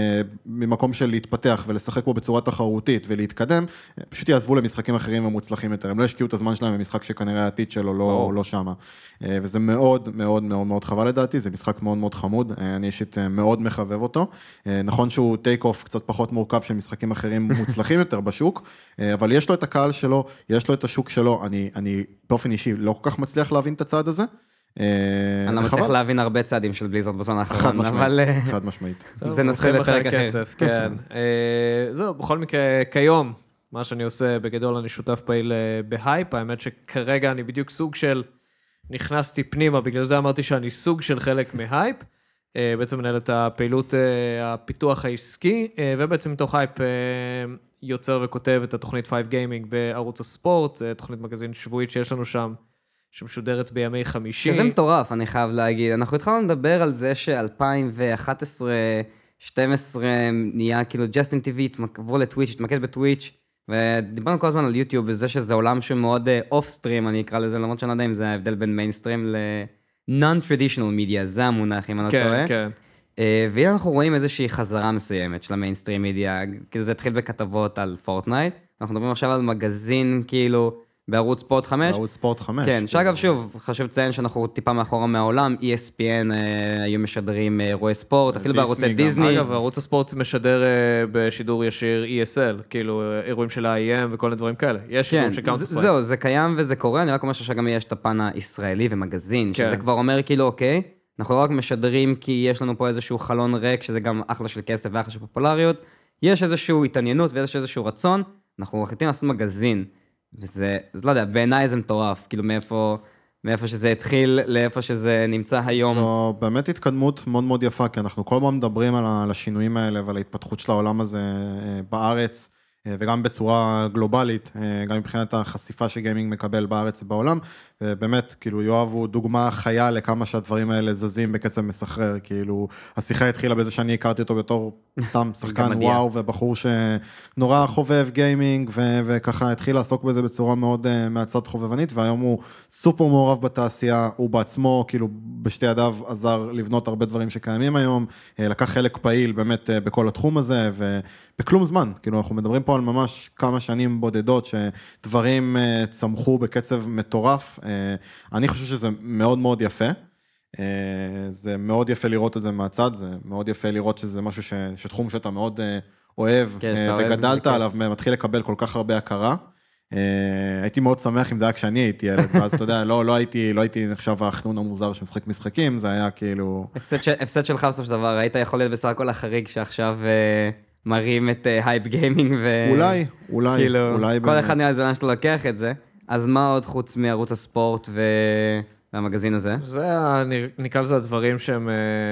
ממקום של להתפתח ולשחק בו בצורה תחרותית ולהתקדם, פשוט יעזבו למשחקים אחרים ומוצלחים יותר, הם לא השקיעו את הזמן שלהם במשחק שכנראה העתיד שלו לא שמה. וזה מאוד מאוד מאוד מאוד חבל לדעתי, זה משחק מאוד מאוד חמוד, אני אישית מאוד מחבב אותו. נכון שהוא טייק אוף קצת פחות מורכב של משחקים אחרים מוצלחים יותר בשוק, אבל יש לו את הקהל שלו, יש לו את השוק שלו, אני באופן אישי לא כל כך מצליח להבין את הצעד הזה. אני לא מצליח להבין הרבה צעדים של בליזרד בזמן האחרון, אבל... חד משמעית. זה נושא לפרק אחר. כן. זהו, בכל מקרה, כיום, מה שאני עושה בגדול, אני שותף פעיל בהייפ, האמת שכרגע אני בדיוק סוג של, נכנסתי פנימה, בגלל זה אמרתי שאני סוג של חלק מהייפ, בעצם מנהל את הפעילות הפיתוח העסקי, ובעצם מתוך הייפ יוצר וכותב את התוכנית 5 Gaming בערוץ הספורט, תוכנית מגזין שבועית שיש לנו שם, שמשודרת בימי חמישי. שזה מטורף, אני חייב להגיד. אנחנו התחלנו לדבר על זה ש-2011-2012 נהיה כאילו ג'סטין טבעי, עברו לטוויץ', התמקד בטוויץ', ודיברנו כל הזמן על יוטיוב, וזה שזה עולם שמאוד אוף-סטרים, אני אקרא לזה, למרות שאני לא יודע אם זה ההבדל בין מיינסטרים ל-non-traditional media, זה המונח, אם אני לא טועה. כן, כן. והנה אנחנו רואים איזושהי חזרה מסוימת של המיינסטרים מידיה, כאילו זה התחיל בכתבות על פורטנייט, אנחנו מדברים עכשיו על מגזין, כאילו, בערוץ ספורט 5. בערוץ ספורט 5. כן, שאגב, שוב, חשוב לציין שאנחנו טיפה מאחורה מהעולם, ESPN היו משדרים אירועי ספורט, אפילו בערוצי דיסני. אגב, ערוץ הספורט משדר בשידור ישיר ESL, כאילו אירועים של ה-IM וכל מיני דברים כאלה. יש שידור של קאונטר סטרייק. זהו, זה קיים וזה קורה, אני רק אומר שגם יש את הפן הישראלי ומגזין, שזה כבר אומר כאילו, אוקיי, אנחנו לא רק משדרים כי יש לנו פה איזשהו חלון ריק, שזה גם אחלה של כסף ואחלה של פופולריות, יש איזשהו התעניינות ויש איזשהו רצון, אנחנו מחליטים לעשות מגזין. וזה, לא יודע, בעיניי זה מטורף, כאילו מאיפה שזה התחיל, לאיפה שזה נמצא היום. זו באמת התקדמות מאוד מאוד יפה, כי אנחנו כל הזמן מדברים על השינויים האלה ועל ההתפתחות של העולם הזה בארץ, וגם בצורה גלובלית, גם מבחינת החשיפה שגיימינג מקבל בארץ ובעולם, ובאמת, כאילו, יואב הוא דוגמה חיה לכמה שהדברים האלה זזים בקצב מסחרר, כאילו, השיחה התחילה בזה שאני הכרתי אותו בתור סתם שחקן וואו, ובחור שנורא חובב גיימינג, וככה התחיל לעסוק בזה בצורה מאוד מהצד חובבנית, והיום הוא סופר מעורב בתעשייה, הוא בעצמו, כאילו, בשתי ידיו עזר לבנות הרבה דברים שקיימים היום, לקח חלק פעיל באמת בכל התחום הזה, ובכלום זמן, כאילו, אנחנו מדברים פה על ממש כמה שנים בודדות, שדברים צמחו בקצב מטורף, אני חושב שזה מאוד מאוד יפה, זה מאוד יפה לראות את זה מהצד, זה מאוד יפה לראות שזה משהו שתחום שאתה מאוד אוהב, וגדלת עליו, מתחיל לקבל כל כך הרבה הכרה, הייתי מאוד שמח אם זה היה כשאני הייתי ילד, ואז אתה יודע, לא הייתי נחשב החנון המוזר שמשחק משחקים, זה היה כאילו... הפסד שלך בסוף של דבר, היית יכול להיות בסך הכל החריג שעכשיו מראים את הייפ גיימינג, אולי, כל אחד נראה לזה לאן שאתה לוקח את זה, אז מה עוד חוץ מערוץ הספורט והמגזין הזה? זה, נקרא לזה הדברים שהם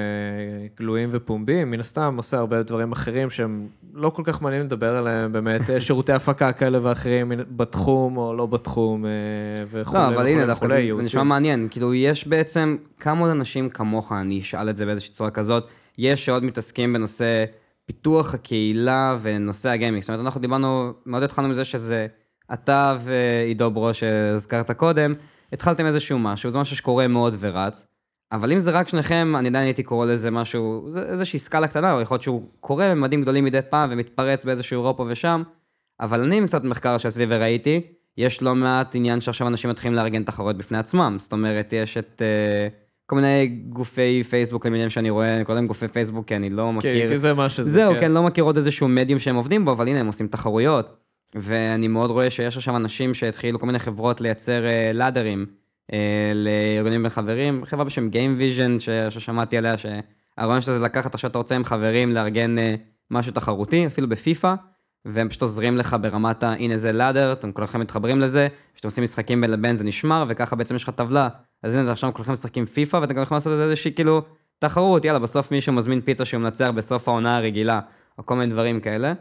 גלויים ופומביים, מן הסתם עושה הרבה דברים אחרים שהם לא כל כך מעניינים לדבר עליהם, באמת שירותי הפקה כאלה ואחרים בתחום או לא בתחום וכו'. לא, אבל הנה, דווקא זה נשמע מעניין, כאילו יש בעצם כמה אנשים כמוך, אני אשאל את זה באיזושהי צורה כזאת, יש שעוד מתעסקים בנושא פיתוח הקהילה ונושא הגיימינג, זאת אומרת, אנחנו דיברנו, מאוד התחלנו מזה שזה אתה ועידו ברו שהזכרת קודם, התחלתם איזשהו משהו, זה משהו שקורה מאוד ורץ, אבל אם זה רק שניכם, אני עדיין הייתי קורא לזה משהו, זה איזושהי סקאלה קטנה, או יכול להיות שהוא קורה בממדים גדולים מדי פעם, ומתפרץ באיזשהו אירופה ושם, אבל אני עם קצת מחקר שעשיתי וראיתי, יש לא מעט עניין שעכשיו אנשים מתחילים לארגן תחרויות בפני עצמם, זאת אומרת, יש את כל מיני גופי פייסבוק, למיניהם שאני רואה, אני קורא להם גופי פייסבוק, כי אני לא מכיר... כי זה מה שזה. זהו, כן, לא מכיר עוד איזשהו מדיום שהם עובדים בו, אבל הנה, הם עושים תחרויות, ואני מאוד רואה שיש עכשיו אנשים שהתחילו כל מיני חברות לייצר לאדרים, לארגונים וחברים, חברה בשם Game Vision, ששמעתי עליה, שהרעיון שזה לקחת עכשיו אתה רוצה עם חברים לארגן משהו תחרותי, אפילו בפיפה, והם פשוט עוזרים לך ברמת הנה זה לאדר, אתם כולכם מתחברים לזה, כשאתם עושים משחקים בין לבין זה נשמר, וככה בעצם יש לך טבלה, אז הנה זה עכשיו כולכם משחקים פיפה, ואתם גם יכולים לעשות איזושהי כאילו תחרות, יאללה, בסוף מישהו מזמין פיצה שהוא מנצח בסוף העונה הרגילה, או כל מיני דברים כאלה.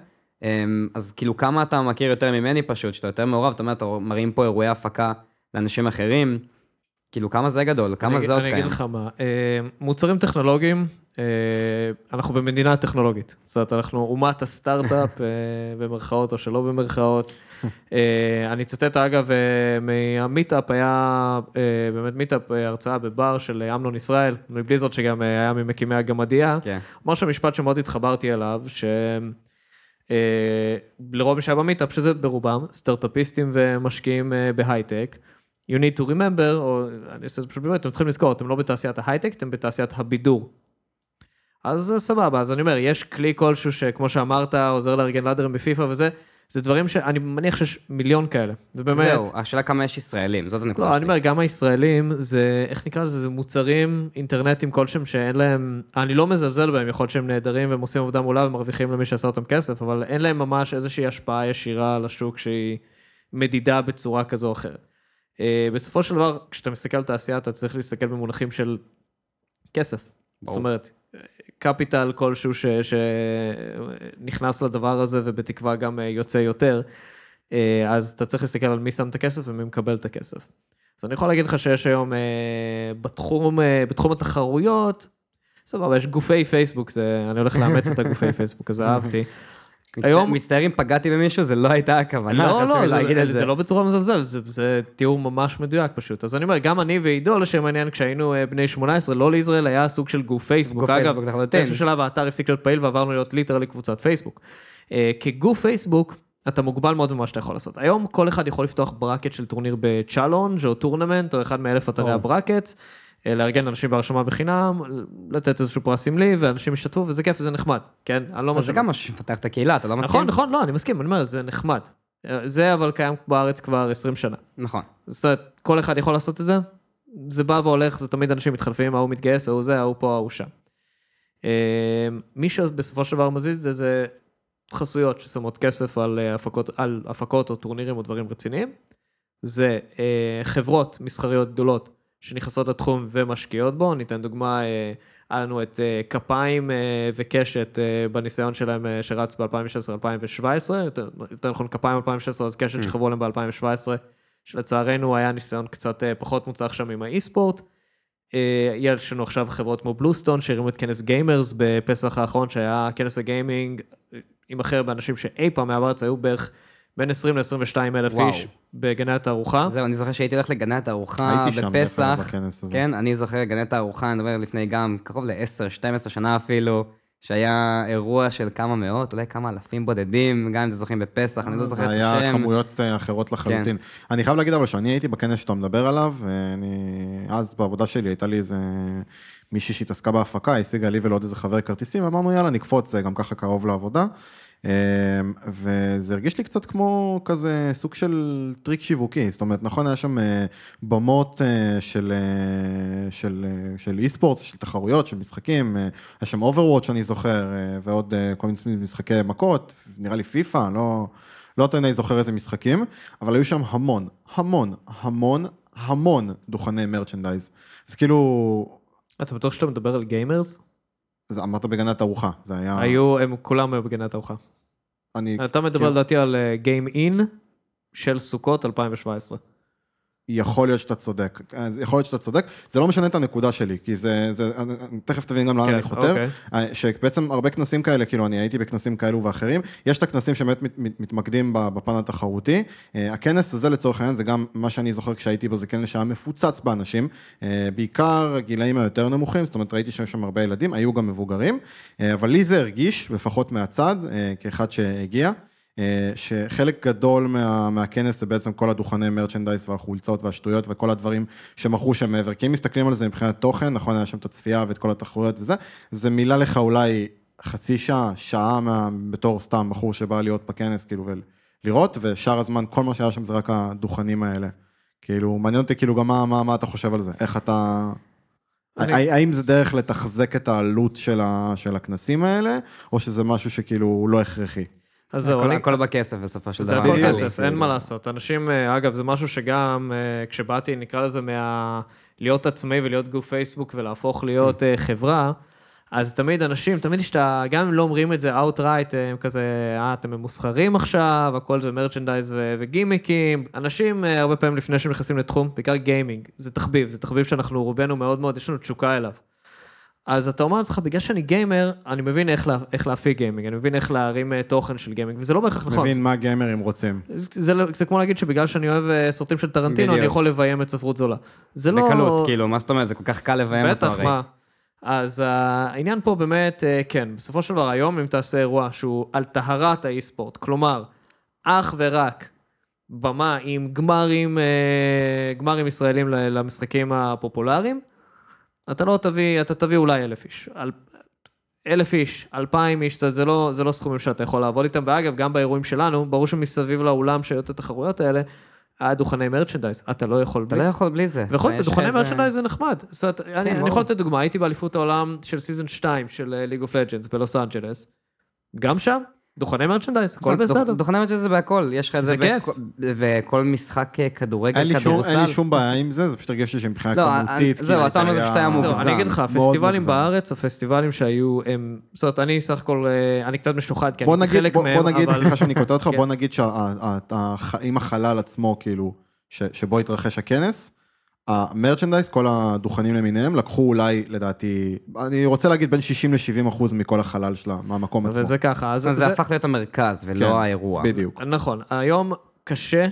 אז כאילו כמה אתה מכיר יותר ממני פשוט, שאתה יותר מעורב, אתה אומר, אתה מראים פה אירועי הפקה לאנשים אחרים, כאילו כמה זה גדול, כמה זה עוד קיים. אני אגיד לך מה, מוצרים טכנולוגיים, אנחנו במדינה טכנולוגית, זאת אומרת, אנחנו אומת הסטארט-אפ, במרכאות או שלא במרכאות, אני צטט אגב, מהמיטאפ היה, באמת מיטאפ הרצאה בבר של אמנון ישראל, מבלי זאת שגם היה ממקימי הגמדיה, אמר שהמשפט שמאוד התחברתי אליו, לרוב מי שהיה במיטאפ, שזה ברובם, סטארט-אפיסטים ומשקיעים בהייטק, you need to remember, או אני עושה את זה פשוט באמת, אתם צריכים לזכור, אתם לא בתעשיית ההייטק, אתם בתעשיית הבידור. אז סבבה, אז אני אומר, יש כלי כלשהו שכמו שאמרת, עוזר לארגן לאדרים בפיפה וזה, זה דברים שאני מניח שיש מיליון כאלה. ובאמת... זהו, השאלה כמה יש ישראלים, זאת הנקודה שלי. לא, אני אומר, גם הישראלים, זה, איך נקרא לזה, זה מוצרים אינטרנטיים כלשהם שאין להם, אני לא מזלזל בהם, יכול להיות שהם נהדרים והם עושים עבודה מולה ומרוויחים למי שעשה אותם כסף, אבל אין להם ממש איזושהי השפעה ישירה על השוק שהיא מדידה בצורה כזו או אחרת. בסופו של דבר, כשאתה מסתכל על תעשייה, אתה צריך להסתכל במונחים של כסף. זאת אומרת, קפיטל כלשהו שנכנס לדבר הזה, ובתקווה גם יוצא יותר, אז אתה צריך להסתכל על מי שם את הכסף ומי מקבל את הכסף. אז אני יכול להגיד לך שיש היום בתחום התחרויות, סבבה, יש גופי פייסבוק, אני הולך לאמץ את הגופי פייסבוק, אז אהבתי. מצטער אם פגעתי במישהו, זה לא הייתה הכוונה, זה לא בצורה מזלזל, זה תיאור ממש מדויק פשוט. אז אני אומר, גם אני ועידו, לשם העניין, כשהיינו בני 18, לא לישראל, היה סוג של גוף פייסבוק. אגב, באיזשהו שלב האתר הפסיק להיות פעיל, ועברנו להיות ליטרלי קבוצת פייסבוק. כגוף פייסבוק, אתה מוגבל מאוד במה שאתה יכול לעשות. היום כל אחד יכול לפתוח ברקט של טורניר בצ'אלונג' או טורנמנט, או אחד מאלף אתרי הברקט, לארגן אנשים בהרשמה בחינם, לתת איזשהו פרס סמלי, ואנשים ישתתפו, וזה כיף, וזה נחמד, כן? אבל זה גם מה שפתח את הקהילה, אתה לא מסכים? נכון, לא, אני מסכים, אני אומר, זה נחמד. זה אבל קיים בארץ כבר 20 שנה. נכון. זאת אומרת, כל אחד יכול לעשות את זה, זה בא והולך, זה תמיד אנשים מתחלפים, ההוא מתגייס, ההוא זה, ההוא פה, ההוא שם. מי שבסופו של דבר מזיז זה חסויות ששמות כסף על הפקות או טורנירים או דברים רציניים. זה חברות מסחריות גדולות, שנכנסות לתחום ומשקיעות בו, ניתן דוגמה, היה לנו את כפיים וקשת בניסיון שלהם שרץ ב-2016-2017, יותר נכון כפיים 2016, אז קשת שחברו להם ב-2017, שלצערנו היה ניסיון קצת פחות מוצלח שם עם האי-ספורט. יש לנו עכשיו חברות כמו בלוסטון, שהרימו את כנס גיימרס בפסח האחרון, שהיה כנס הגיימינג, עם אחר באנשים שאי פעם מהארץ היו בערך בין 20 ל-22 אלף איש בגני התערוכה. זהו, אני זוכר שהייתי הולך לגני התערוכה בפסח. כן, אני זוכר גני התערוכה, אני מדבר לפני גם קרוב ל-10-12 שנה אפילו, שהיה אירוע של כמה מאות, אולי כמה אלפים בודדים, גם אם זה זוכים בפסח, אני לא זוכר את השם. זה היה כמויות אחרות לחלוטין. אני חייב להגיד אבל שאני הייתי בכנס שאתה מדבר עליו, אז בעבודה שלי הייתה לי איזה מישהי שהתעסקה בהפקה, השיגה לי ולעוד איזה חבר כרטיסים, אמרנו יאללה נקפוץ, זה גם ככה קרוב לעבודה. וזה הרגיש לי קצת כמו כזה סוג של טריק שיווקי, זאת אומרת, נכון, היה שם במות של אי-ספורט, של תחרויות, של משחקים, היה שם Overwatch אני זוכר, ועוד כל מיני משחקי מכות, נראה לי פיפה, לא אני זוכר איזה משחקים, אבל היו שם המון דוכני מרצ'נדייז, אז כאילו... אתה בטוח שאתה מדבר על גיימרס? אמרת בגני התערוכה, זה היה... הם כולם היו בגני התערוכה. אתה מדבר לדעתי על Game In של סוכות 2017. יכול להיות שאתה צודק, זה לא משנה את הנקודה שלי, כי תכף תבין גם לאן אני חותר, שבעצם הרבה כנסים כאלה, כאילו אני הייתי בכנסים כאלו ואחרים, יש את הכנסים שבאמת מתמקדים בפן התחרותי, הכנס הזה לצורך העניין, זה גם מה שאני זוכר כשהייתי בו, זה כנס שהיה מפוצץ באנשים, בעיקר גילאים היותר נמוכים, זאת אומרת ראיתי שיש שם הרבה ילדים, היו גם מבוגרים, אבל לי זה הרגיש, לפחות מהצד, כאחד שהגיע, שחלק גדול מהכנס זה בעצם כל הדוכני מרצ'נדייז והחולצות והשטויות וכל הדברים שמכרו שם מעבר, כי אם מסתכלים על זה מבחינת תוכן, נכון, היה שם את הצפייה ואת כל התחרויות וזה, זה מילה לך אולי חצי שעה בתור סתם בחור שבא להיות בכנס, כאילו, ולראות, ושאר הזמן, כל מה שהיה שם זה רק הדוכנים האלה. כאילו, מעניין אותי, כאילו, גם מה אתה חושב על זה? איך אתה... האם זה דרך לתחזק את העלות של הכנסים האלה, או שזה משהו שכאילו לא הכרחי? אז זהו, הכל בכסף בסופו של דבר. זה הכל כסף, אין מה לעשות. אנשים, אגב, זה משהו שגם כשבאתי, נקרא לזה להיות עצמאי ולהיות גוף פייסבוק ולהפוך להיות חברה, אז תמיד אנשים, תמיד שאתה, גם אם לא אומרים את זה outright, הם כזה, אתם ממוסחרים עכשיו, הכל זה מרצ'נדייז וגימיקים, אנשים הרבה פעמים לפני שהם נכנסים לתחום, בעיקר גיימינג, זה תחביב שאנחנו רובנו מאוד מאוד, יש לנו תשוקה אליו. אז אתה אומר לך, בגלל שאני גיימר, אני מבין איך להפיק גיימינג, אני מבין איך להרים תוכן של גיימינג, וזה לא בהכרח נכון. מבין מה גיימרים רוצים. זה כמו להגיד שבגלל שאני אוהב סרטים של טרנטינו, אני יכול לביים את ספרות זולה. זה לא... בקלות, כאילו, מה זאת אומרת? זה כל כך קל לביים אותו הרי. בטח, מה? אז העניין פה באמת, כן, בסופו של דבר היום, אם תעשה אירוע שהוא על טהרת האי-ספורט, כלומר, אך ורק במה עם גמרים ישראלים למשחקים הפופולריים, אתה תביא אולי 1,000 איש. 1,000 איש, 2,000 איש, זה לא סכומים שאתה יכול לעבוד איתם, ואגב, גם באירועים שלנו, ברור שמסביב לאולם שהיו את התחרויות האלה, היה דוכני מרצ'נדייז, אתה לא יכול בלי. אתה לא יכול בלי זה. ויכול להיות, דוכני מרצ'נדייז זה נחמד. זאת אומרת, אני יכול לתת דוגמה, הייתי באליפות העולם של סיזן 2 של ליג אוף לג'נדס בלוס אנג'לס, גם שם, דוכני מרצ'נדייז, הכל בסדר. דוכני מרצ'נדייז זה בהכל, יש לך את זה וכל משחק כדורגל, כדורסל. אין לי שום בעיה עם זה, זה פשוט הרגיש לי שמבחינה כמותית. זהו, אתה אומר זה פשוט היה מוגזם. אני אגיד לך, הפסטיבלים בארץ, הפסטיבלים שהיו, זאת אומרת, אני סך הכל, אני קצת משוחד, כי אני חלק מהם, בוא נגיד, סליחה שאני קוטע אותך, בוא נגיד שעם החלל עצמו, כאילו, שבו התרחש הכנס, המרצ'נדייז, כל הדוכנים למיניהם, לקחו אולי, לדעתי, אני רוצה להגיד בין 60-70% מכל החלל שלה, מהמקום עצמו. וזה ככה. זה הפך להיות המרכז, ולא האירוע. בדיוק. נכון. היום קשה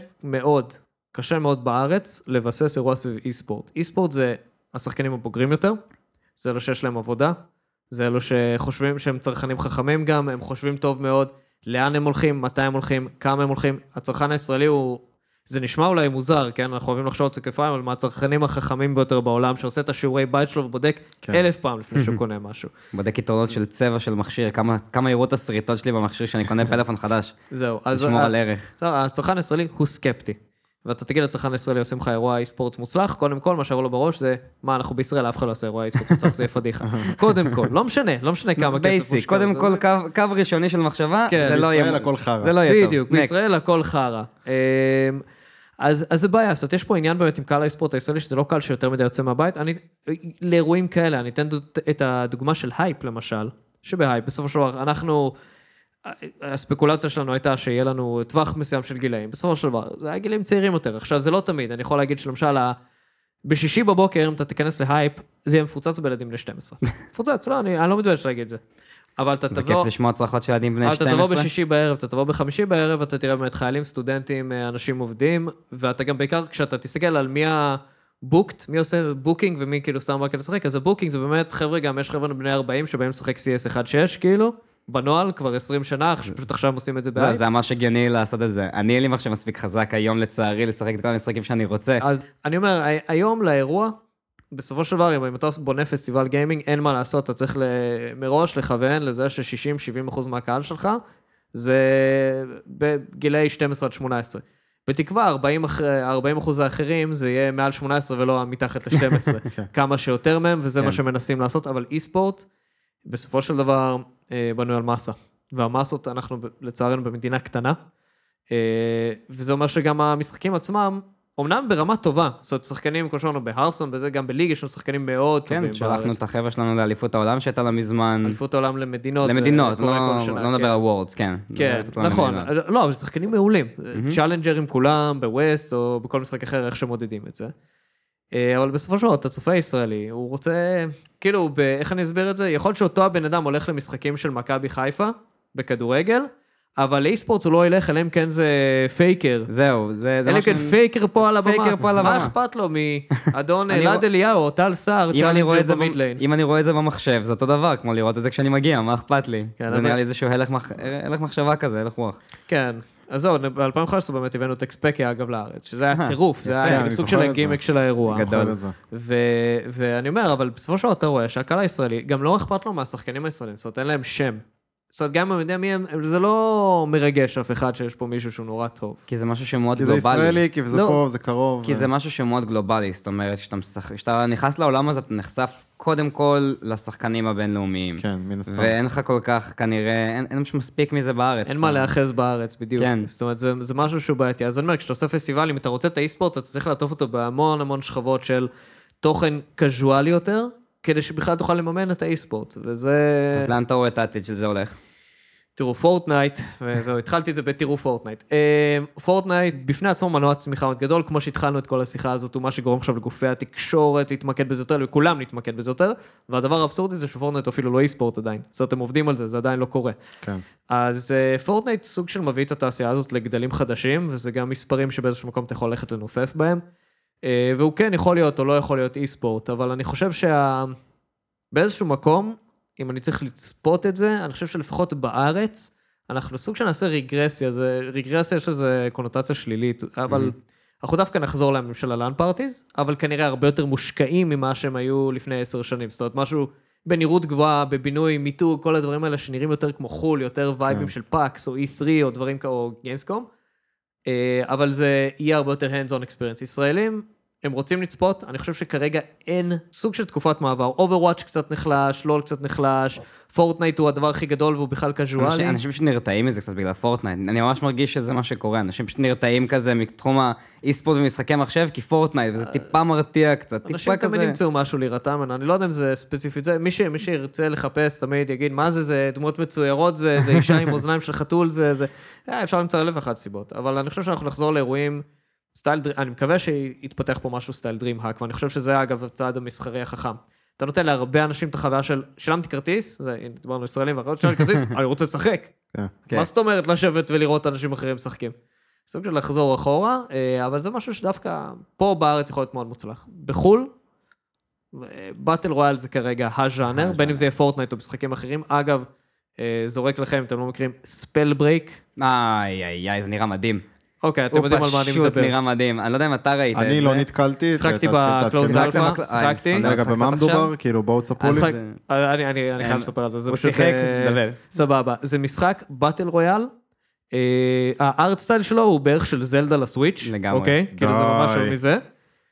מאוד בארץ, לבסס אירוע סביב אי-ספורט. אי-ספורט זה השחקנים הבוגרים יותר, זה אלו שיש להם עבודה, זה אלו שחושבים שהם צרכנים חכמים גם, הם חושבים טוב מאוד, לאן הם הולכים, מתי הם הולכים, כמה הם הולכים. הצרכן הישראלי הוא... זה נשמע אולי מוזר, כן? אנחנו אוהבים לחשוב את זה כפיים, אבל מהצרכנים החכמים ביותר בעולם, שעושה את השיעורי בית שלו ובודק 1,000 פעם לפני שהוא קונה משהו. בודק יתרונות של צבע של מכשיר, כמה יראו את הסריטות שלי במכשיר שאני קונה פלאפון חדש. זהו. לשמור על ערך. הצרכן הישראלי הוא סקפטי. ואתה תגיד לצרכן הישראלי, עושים לך אירוע אי-ספורט מוצלח, קודם כל, מה שעבור לו בראש זה, מה, אנחנו בישראל, אף אחד לא עושה אירוע אי-ספורט מוצלח, זה יפדיחה. קודם כל, לא משנה כמה כסף מושקע. קודם כל, קו ראשוני של מחשבה, זה לא יהיה. בישראל הכל חרא. זה לא יהיה טוב. בדיוק, בישראל הכל חרא. אז זה בעיה, זאת אומרת, יש פה עניין באמת עם קהל האספורט הישראלי, שזה לא קהל שיותר מדי יוצא מהבית, לאירועים כאלה, אני אתן את הדוגמה של הייפ למשל, שבהייפ, בסופו של דבר, הספקולציה שלנו הייתה שיהיה לנו טווח מסוים של גילאים, בסופו של דבר, זה היה גילאים צעירים יותר, עכשיו זה לא תמיד, אני יכול להגיד שלמשל, בשישי בבוקר, אם אתה תיכנס להייפ, זה יהיה מפוצץ בילדים בני 12. מפוצץ, לא, אני לא מתבייש להגיד את זה. אבל אתה זה תבוא... כיף לשמוע צרחות של ילדים בני 12. אתה תבוא בשישי בערב, אתה תבוא בחמישי בערב, אתה תראה באמת חיילים, סטודנטים, אנשים עובדים, ואתה גם בעיקר, כשאתה תסתכל על מי הבוקט, מי עושה בוקינג ומי כאילו סתם רק לשחק, אז הבוקינג זה באמת, חבר'ה, גם יש חבר'ה בני 40 שבאים לשחק CS 1.6 כאילו, בנועל כבר 20 שנה, פשוט עכשיו עושים את זה בהייפ. זה ממש הגיוני לעשות את זה. אני אין לי מחשב מספיק חזק היום לצערי לשחק את כל המשחקים שאני רוצה. אז אני אומר, היום לאירוע, בסופו של דבר, אם אתה בונה פסטיבל גיימינג, אין מה לעשות, אתה צריך מראש לכוון לזה ש-60-70% מהקהל שלך, זה בגילי 12 עד 18. בתקווה, 40% האחרים, זה יהיה מעל 18 ולא מתחת ל-12. כמה שיותר מהם, וזה מה שמנסים לעשות, אבל אי-ספורט, בסופו של דבר, בנו על מסה. והמסות, אנחנו לצערנו במדינה קטנה, וזה אומר שגם המשחקים עצמם, אמנם ברמה טובה, זאת אומרת, שחקנים, כמו שאמרנו, בהרסון, וזה גם בליג, יש לנו שחקנים מאוד טובים בארץ. כן, שלחנו את החבר'ה שלנו לאליפות העולם שהייתה לה מזמן. אליפות העולם למדינות. למדינות, לא נדבר על וורדס, כן. כן, נכון. לא, אבל שחקנים מעולים. צ'אלנג'רים כולם, בווסט, או בכל משחק אחר, איך שמודדים את זה. אבל בסופו של דבר, אתה צופה ישראלי, הוא רוצה, כאילו, איך אני אסביר את זה? יכול להיות שאותו הבן אדם הולך למשחקים של מכבי חיפה, בכדורגל, אבל לאי-ספורט הוא לא ילך, אלא אם כן זה פייקר. זהו, זה אלא כן פייקר פה על הבמה. פייקר פה על הבמה. מה אכפת לו מאדון אלעד אליהו, או טל סער, צ'אלנג'ר במידליין? אם אני רואה את זה במחשב, זה אותו דבר, כמו לראות את זה כשאני מגיע, מה אכפת לי? זה נראה לי איזשהו הלך מחשבה כזה, הלך רוח. כן, אז זהו, ב-2015 באמת הבאנו את אקספקיה אגב לארץ, שזה היה טירוף, זה היה סוג של הגימק של האירוע. גדול. ואני אומר, אבל בסופו של דבר אתה רואה שהקהל הישראלי, גם לא אכפת לו מהשחקנים הישראלים, זאת אומרת, אין להם שם. זאת אומרת, גם אם יודע מי הם, זה לא מרגש אף אחד שיש פה מישהו שהוא נורא טוב. כי זה משהו שמאוד גלובלי. כי זה ישראלי, כי זה פה, זה קרוב. כי זה משהו שמאוד גלובלי, זאת אומרת, כשאתה נכנס לעולם הזה, אתה נחשף קודם כל לשחקנים הבינלאומיים. כן, מן הסתם. ואין לך כל כך, כנראה, אין מספיק מזה בארץ. אין מה להאחז בארץ, בדיוק. כן. זאת אומרת, זה משהו שהוא בעייתי. אז אני אומר, כשאתה עושה פסטיבל, אם אתה רוצה את האי-ספורט, אתה צריך לעטוף אותו בהמון המון שכבות של תוכן קזואלי יותר, כדי שבכלל תוכל לממן את האי-ספורט, וזה... אז לאן אתה רואה את העתיד של זה הולך? תראו, פורטנייט, וזהו, התחלתי את זה בתראו פורטנייט. פורטנייט בפני עצמו מנוע צמיחה מאוד גדול, כמו שהתחלנו את כל השיחה הזאת, הוא מה שגורם עכשיו לגופי התקשורת להתמקד בזה יותר, וכולם להתמקד בזה יותר, והדבר האבסורדי זה שפורטנייט אפילו לא אי-ספורט עדיין. זאת אומרת, הם עובדים על זה, זה עדיין לא קורה. כן. אז פורטנייט סוג של מביא את התעשייה הזאת לגדלים חדשים, וזה גם מספרים שבאיזשהו מקום אתה יכול ללכת לנופף בהם, והוא כן יכול להיות או לא יכול להיות אי-ספורט, אבל אני חושב באיזשהו מקום, אם אני צריך לצפות את זה, אני חושב שלפחות בארץ, אנחנו סוג שנעשה רגרסיה, רגרסיה יש לזה קונוטציה שלילית, אבל אנחנו דווקא נחזור להם של הלאן פארטיז, אבל כנראה הרבה יותר מושקעים ממה שהם היו לפני 10 שנים, זאת אומרת, משהו בנראות גבוהה, בבינוי, מיתוג, כל הדברים האלה שנראים יותר כמו חול, יותר וייבים של פאקס, או E3, או דברים כמו גיימסקום, אבל זה יהיה הרבה יותר hands-on experience. ישראלים, הם רוצים לצפות, אני חושב שכרגע אין סוג של תקופת מעבר, Overwatch קצת נחלש, לול קצת נחלש, פורטנייט הוא הדבר הכי גדול והוא בכלל קזואלי. אנשים שנרתעים מזה קצת בגלל פורטנייט, אני ממש מרגיש שזה מה שקורה, אנשים שנרתעים כזה מתחום האי-ספורט ומשחקי מחשב, כי פורטנייט, וזה טיפה מרתיע קצת, טיפה כזה. אנשים תמיד ימצאו משהו להירתם, אני לא יודע אם זה ספציפית, מי שירצה לחפש תמיד יגיד, מה זה דמות מצוירות, זה אישה עם אוזניים של חתול, אפשר למצוא 1,001 סיבות, אבל אני חושב שאנחנו נחזור לאירועים אני מקווה שיתפתח פה משהו סטייל דרים האק, ואני חושב שזה אגב הצעד המסחרי החכם. אתה נותן להרבה אנשים את החוויה של, שילמתי כרטיס, דיברנו ישראלים, שילמתי כרטיס, אני רוצה לשחק. מה זאת אומרת לשבת ולראות אנשים אחרים משחקים? סוג של לחזור אחורה, אבל זה משהו שדווקא פה בארץ יכול להיות מאוד מוצלח. בחול, באטל רויאל זה כרגע הז'אנר, בין אם זה יהיה פורטנייט או משחקים אחרים. אגב, זורק לכם, אתם לא מכירים, ספל ברייק. זה נראה מדהים. אוקיי, אתם יודעים על מה אני מדבר. הוא פשוט נראה מדהים, אני לא יודע אם אתה ראית את זה. אני לא נתקלתי. שחקתי בקלוז אלפא, שחקתי. רגע, במה מדובר? כאילו, בואו תספרו לי. אני חייב לספר על זה. הוא שיחק, דבר. סבבה. זה משחק באטל רויאל. הארט סטייל שלו הוא בערך של זלדה לסוויץ'. לגמרי. אוקיי? כאילו זה ממש מזה.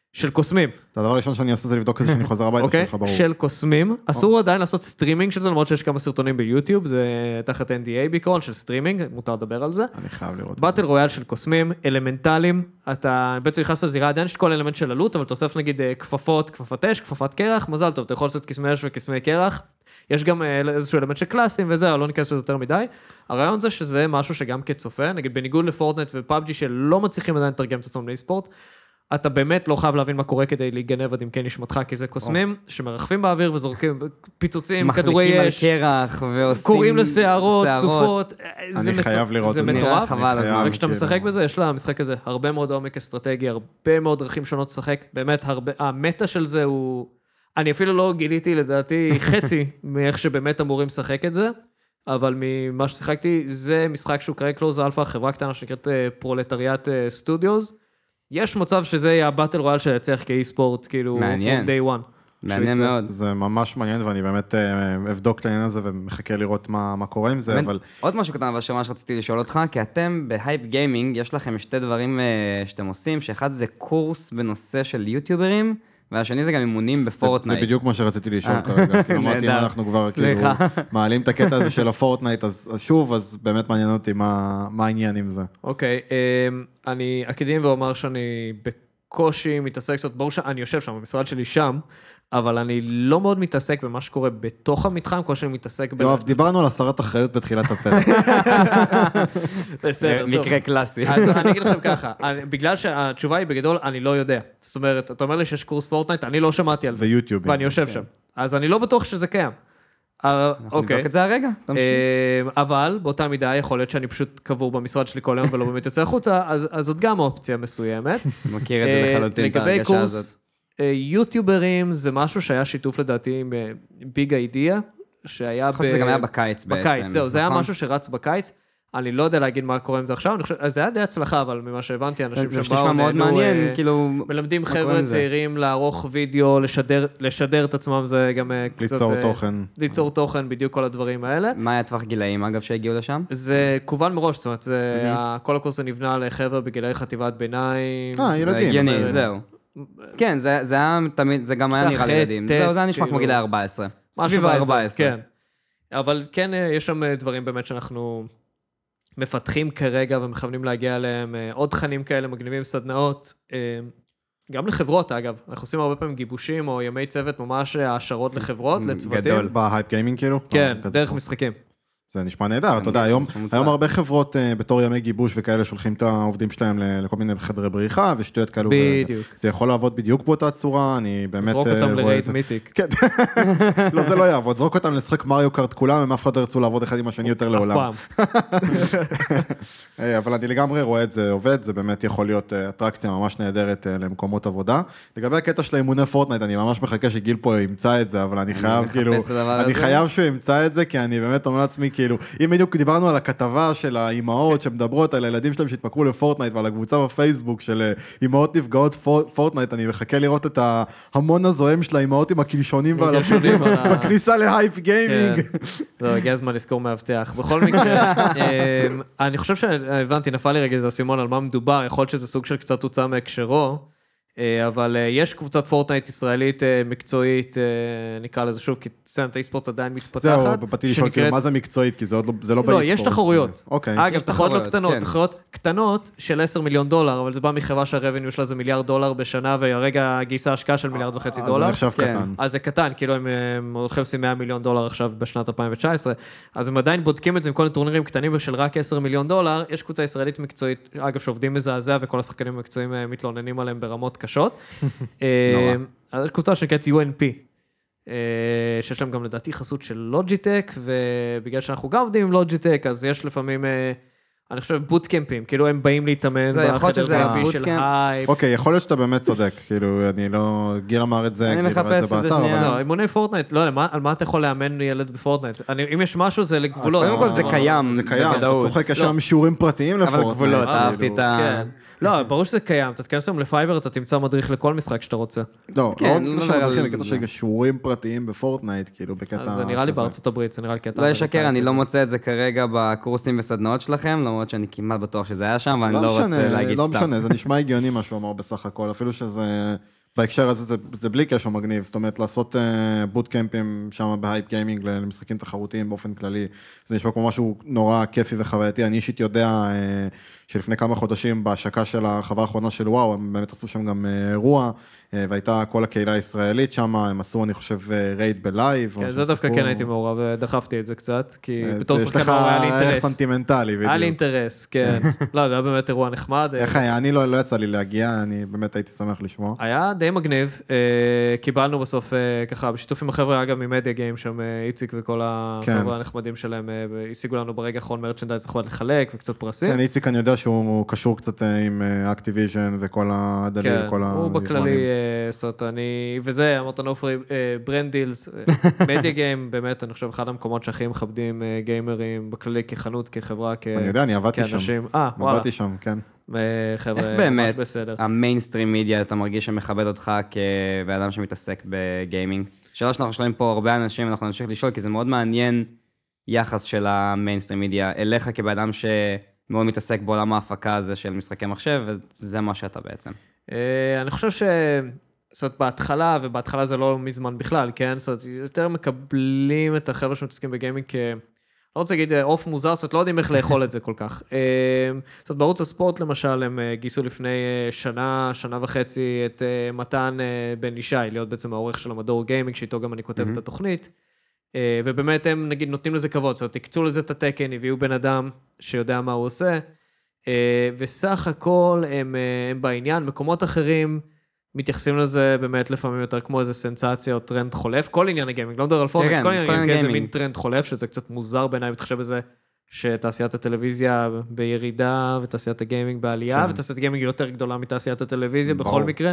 של קוסמים. הדבר הראשון שאני אעשה זה לבדוק את זה שאני חוזר הביתה שלך, ברור. של קוסמים. אסור עדיין לעשות סטרימינג של זה, למרות שיש כמה סרטונים ביוטיוב, זה תחת NDA בעיקרון של סטרימינג, מותר לדבר על זה. אני חייב לראות את זה. באטל רויאל של קוסמים, אלמנטלים, אתה בעצם נכנס לזירה, עדיין יש כל אלמנט של עלות, אבל תוסף נגיד כפפות, כפפת אש, כפפת קרח, מזל טוב, אתה יכול לעשות קסמי אש וקסמי קרח. יש גם איזשהו אלמנט של קלאסים וזה, אבל לא ניכנס לזה יותר מדי. הרעיון זה שזה משהו שגם כצופה, נגיד בניגוד לפורטנייט ופאבג'י שלא מצליחים עדיין לתרגם את עצמם לאי-ספורט, אתה באמת לא חייב להבין מה קורה כדי להיגנב עד אם כן נשמתך, כי זה קוסמים שמרחפים באוויר וזורקים פיצוצים, כדורי אש, מחליקים על קרח ועושים... קוראים לשערות, סופות, אני חייב לראות את זה. זה מטורף, אבל כשאתה משחק בזה, יש למשחק הזה הרבה מאוד עומק אסטרטגי, הרבה מאוד דרכים שונות לשחק, באמת המטה של זה הוא... אני אפילו לא גיליתי לדעתי חצי מאיך שבאמת אמורים לשחק את זה, אבל ממה ששיחקתי, זה משחק שהוא קרא קלוז אלפא, חברה קטנה שנקראת פרולטריאט סטודיוס, יש מצב שזה יהיה הבטל רויאל שיצליח כאי-ספורט, כאילו, מעניין. from day one. מעניין מאוד. זה ממש מעניין, ואני באמת אבדוק את העניין הזה ומחכה לראות מה קורה עם זה, אבל... עוד משהו קטן, אבל שממש רציתי לשאול אותך, כי אתם בהייפ גיימינג, יש לכם שתי דברים שאתם עושים, שאחד זה קורס בנושא של יוטיוברים, והשני זה גם אימונים בפורטנייט. זה בדיוק מה שרציתי לשאול כרגע, כי אמרתי אם אנחנו כבר כאילו מעלים את הקטע הזה של הפורטנייט, אז שוב, אז באמת מעניין אותי מה העניין עם זה. אוקיי, אני אקדים ואומר שאני בקושי מתעסק, זאת ברור שאני יושב שם, המשרד שלי שם, אבל אני לא מאוד מתעסק במה שקורה בתוך המתחם, כמו שאני מתעסק יואב, דיברנו על הסרת אחריות בתחילת הפרק. בסדר, טוב. מקרה קלאסי. אז אני אגיד לכם ככה, בגלל שהתשובה היא בגדול, אני לא יודע. זאת אומרת, אתה אומר לי שיש קורס פורטנייט, אני לא שמעתי על זה. זה יוטיוב. ואני יושב שם. אז אני לא בטוח שזה קיים. אנחנו נבדוק את זה הרגע, תמשיך. אבל באותה מידה יכול להיות שאני פשוט קבור במשרד שלי כל היום ולא באמת יוצא החוצה, אז זאת גם אופציה מסוימת. מכיר את זה לחלוטין, את ההרגשה הזאת. יוטיוברים זה משהו שהיה שיתוף לדעתי עם ביג אידיאה, שהיה... אני חושב שזה גם היה בקיץ בעצם. בקיץ, זהו, זה היה משהו שרץ בקיץ. אני לא יודע להגיד מה קורה עם זה עכשיו, אז זה היה די הצלחה, אבל ממה שהבנתי, אנשים שבאו, מאוד מעניין, כאילו... מלמדים חבר'ה צעירים לערוך וידאו, לשדר את עצמם, זה גם קצת... ליצור תוכן. ליצור תוכן, בדיוק כל הדברים האלה. מה היה טווח גילאים, אגב, שהגיעו לשם? זה כוון מראש, זאת אומרת, כל הקורס זה נבנה לחבר'ה בגילאי חטיבת ביניים. ילדים. הגיוני, זהו. כן, זה היה תמיד, זה גם היה נראה לילדים. זהו, זה היה נשמע כמו גילי 14. סביב ה-14. כן. אבל כן, יש שם דברים באמת שאנחנו מפתחים כרגע ומכוונים להגיע אליהם, עוד תכנים כאלה, מגניבים סדנאות, גם לחברות אגב, אנחנו עושים הרבה פעמים גיבושים או ימי צוות ממש העשרות לחברות, לצוותים. גדול. בהייפ גיימינג כאילו? כן, דרך משחקים. זה נשמע נהדר, אתה יודע, היום הרבה חברות בתור ימי גיבוש וכאלה שולחים את העובדים שלהם לכל מיני חדרי בריחה ושטויות כאלו. בדיוק. זה יכול לעבוד בדיוק באותה צורה, אני באמת זרוק אותם לרייד מיתיק. כן, לא, זה לא יעבוד, זרוק אותם לשחק מריו קארט כולם, הם אף אחד לא ירצו לעבוד אחד עם השני יותר לעולם. אף פעם. אבל אני לגמרי רואה את זה עובד, זה באמת יכול להיות אטרקציה ממש נהדרת למקומות עבודה. לגבי הקטע של האימוני פורטנייט, אני ממש מחכה שגיל פה ימצא את זה, אבל אני חייב כאילו, אני חייב שהוא ימצא את זה, כי אני באמת אומר לעצמי כאילו, אם בדיוק דיברנו על הכתבה של האימהות שמדברות על הילדים שלהם שהתמכרו לפורטנייט ועל הקבוצה בפייסבוק של אימהות נפגעות פורטנייט, אני מחכה לראות את ההמון הזוהם של האימהות עם הקלשונים בכניסה להייפ גיימינג. לא, הגיע הזמן לזכור מאבטח. בכל מקרה, אני חושב שהבנתי, נפל לי רגע איזה סימון על מה מדובר, יכול להיות שזה סוג של קצת הוצא מהקשרו, אבל יש קבוצת פורטנייט ישראלית מקצועית, נקרא לזה שוב, כי סצנת האי-ספורט עדיין מתפתחת. זהו, באתי לשאול, כאילו, מה זה מקצועית? כי זה לא באי-ספורט. לא, יש תחרויות. אוקיי. אגב, תחרויות לא קטנות, תחרויות קטנות של $10 מיליון, אבל זה בא מחברה שהרבניו שלה זה $1 מיליארד בשנה, והרגע גייסה השקעה של $1.5 מיליארד. אז זה נחשב קטן. אז זה קטן, כאילו הם הולכים לשים $100 מיליון עכשיו בשנת 2019, אז הם עדיין בודקים את זה עם כל טורנירים קטנים של רק $10 מיליון, יש קבוצה ישראלית מקצועית, אגב, שעובדים מזעזע וכל השחקנים המקצועיים מתלוננים עליהם ברמות קשות. אז קבוצה שנקראת UNP, שיש להם גם לדעתי חסות של לוג'יטק, ובגלל שאנחנו גם עובדים עם לוג'יטק, אז יש לפעמים, אני חושב, בוטקמפים, כאילו הם באים להתאמן בחדר VIP של הייפ. אוקיי, יכול להיות שאתה באמת צודק, כאילו, אני לא, גיל אמר את זה, אני מחפש את זה שנייה. לא, אימוני פורטנייט, לא, על מה אתה יכול לאמן ילד בפורטנייט? אם יש משהו, זה לגבולות. קודם כל זה קיים. זה קיים, אתה צוחק, יש שם שיעורים פרטיים לפורטנייט. אבל גבולות, אהבתי את ה... לא, ברור שזה קיים, אתה תכנס היום לפייבר, אתה תמצא מדריך לכל משחק שאתה רוצה. לא, לא בקטע של שיעורים פרטיים בפורטנייט, כאילו, בקטע... אז זה נראה לי בארצות הברית, זה נראה לי קטע... לא ישקר, אני לא מוצא את זה כרגע בקורסים וסדנאות שלכם, למרות שאני כמעט בטוח שזה היה שם, ואני לא רוצה להגיד סתם. לא משנה, זה נשמע הגיוני מה שהוא אמר בסך הכל, אפילו שזה בהקשר הזה זה בלי קשר מגניב, זאת אומרת, לעשות בוטקמפים שם בהייפ גיימינג למשחקים תחרותיים באופן כללי, זה נשמע כמו משהו נורא כיפי וחווייתי, אני אישית יודע שלפני כמה חודשים בהשקה של החווה האחרונה של וואו, הם באמת עשו שם גם אירוע, והייתה כל הקהילה הישראלית שם, הם עשו, אני חושב, רייד בלייב. כן, זה דווקא כן הייתי מעורב, ודחפתי את זה קצת, כי בתור שחקן שחקן היה לי אינטרס. סנטימנטלי, בדיוק. היה לי אינטרס, כן. לא, זה היה באמת אירוע נחמד. איך היה? אני לא יצא לי להגיע, אני באמת הייתי שמח לשמוע. היה די מגניב, קיבלנו בסוף ככה, בשיתוף עם החבר'ה, אגב, ממדיה גיים, שם איציק וכל החבר'ה הנחמדים שלהם, השיגו לנו ברגע האחרון מרצ'נדייז יכול לחלק, וקצת פרסים. כן, איציק, אני יודע שהוא קשור קצת עם אקטיביז'ן וכל הדליל, כל כן, הוא בכללי, וזה, אמרת נופרי, ברנד דילס, מדיה גיים, באמת, אני חושב, אחד המקומות שהכי מכבדים גיימרים, בכללי כחנות, כחברה, אני יודע, אני עבדתי שם. עבדתי שם, כן. חבר'ה, איך באמת המיינסטרים מידיה, אתה מרגיש שמכבד אותך כאדם שמתעסק בגיימינג? שאלה שאנחנו שואלים פה הרבה אנשים, אנחנו נמשיך לשאול, כי זה מאוד מעניין יחס של המיינסטרים מידיה אליך כבאדם שמאוד מתעסק בעולם ההפקה הזה של משחקי מחשב, וזה מה שאתה בעצם. אני חושב זאת אומרת, בהתחלה, ובהתחלה זה לא מזמן בכלל, כן? זאת אומרת, יותר מקבלים את החבר'ה שמתעסקים בגיימינג לא רוצה להגיד עוף מוזר, זאת אומרת, לא יודעים איך לאכול את זה כל כך. זאת אומרת, בערוץ הספורט למשל, הם גייסו לפני שנה וחצי את מתן בן ישי, להיות בעצם העורך של המדור גיימינג, שאיתו גם אני כותב את התוכנית, ובאמת הם נגיד נותנים לזה כבוד, זאת אומרת, תקצו לזה את התקן, הביאו בן אדם שיודע מה הוא עושה, וסך הכל הם בעניין, מקומות אחרים מתייחסים לזה באמת לפעמים יותר כמו איזה סנסציה או טרנד חולף, כל עניין הגיימינג, לא מדבר על פורמט, כל עניין הגיימינג, זה מין טרנד חולף, שזה קצת מוזר בעיניי, מתחשב בזה שתעשיית הטלוויזיה בירידה, ותעשיית הגיימינג בעלייה, ותעשיית הגיימינג יותר גדולה מתעשיית הטלוויזיה בכל מקרה.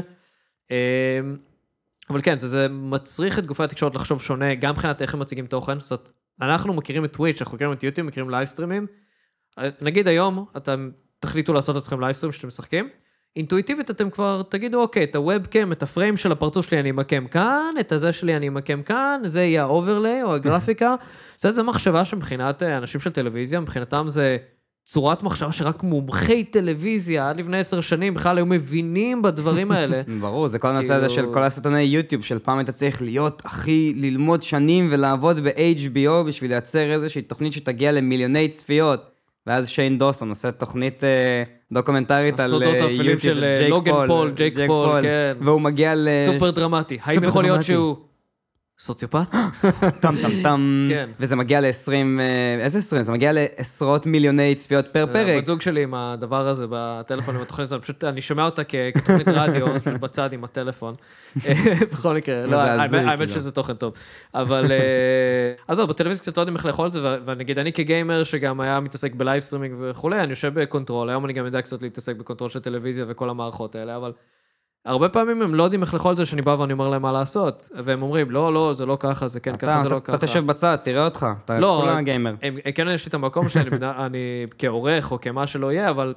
אבל כן, זה מצריך את גופי התקשורת לחשוב שונה, גם מבחינת איך הם מציגים תוכן, זאת אומרת, אנחנו מכירים את טוויץ', אנחנו מכירים את יוטיוב, מכירים לייבסטרימים, נגיד היום, אתם תחליטו לעשות אצלכם לייבסטרים שאתם משחקים, אינטואיטיבית אתם כבר תגידו, אוקיי, את הוובקאם, את הפריים של הפרצוף שלי אני אמקם כאן, את הזה שלי אני אמקם כאן, זה יהיה האוברליי או הגרפיקה. זה מחשבה שמבחינת אנשים של טלוויזיה, מבחינתם זה צורת מחשבה שרק מומחי טלוויזיה, עד לפני 10 שנים, בכלל היו מבינים בדברים האלה. ברור, זה כל הנושא הזה של כל הסרטוני יוטיוב, של פעם אתה צריך להיות ללמוד שנים ולעבוד ב-HBO בשביל לייצר איזושהי תוכנית שתגיע למיליוני צפיות. ואז שיין דוסון עושה תוכנית דוקומנטרית על הסודות האפלים של לוגן פול, ג'ייק פול, כן. והוא מגיע סופר דרמטי. האם יכול להיות שהוא סוציופט? טם טם טם. וזה מגיע ל-20, איזה 20? זה מגיע לעשרות מיליוני צפיות פר פרק. הבת זוג שלי עם הדבר הזה בטלפון, עם התוכנית הזאת, פשוט אני שומע אותה כתוכנית רדיו, פשוט בצד עם הטלפון. בכל מקרה, לא, האמת שזה תוכן טוב. אבל, אז בטלוויזיה קצת לא יודעים איך לאכול את זה, ונגיד אני כגיימר שגם היה מתעסק בלייב סטרימינג וכו', אני יושב בקונטרול, היום אני גם יודע קצת להתעסק בקונטרול של טלוויזיה וכל המערכות האלה, אבל הרבה פעמים הם לא יודעים איך לאכול את זה, שאני בא ואני אומר להם מה לעשות, והם אומרים, לא, זה לא ככה, זה כן ככה, זה לא ככה. אתה תשב בצד, תראה אותך, אתה כולה גיימר. כן, יש לי את המקום שאני כעורך או כמה שלא יהיה, אבל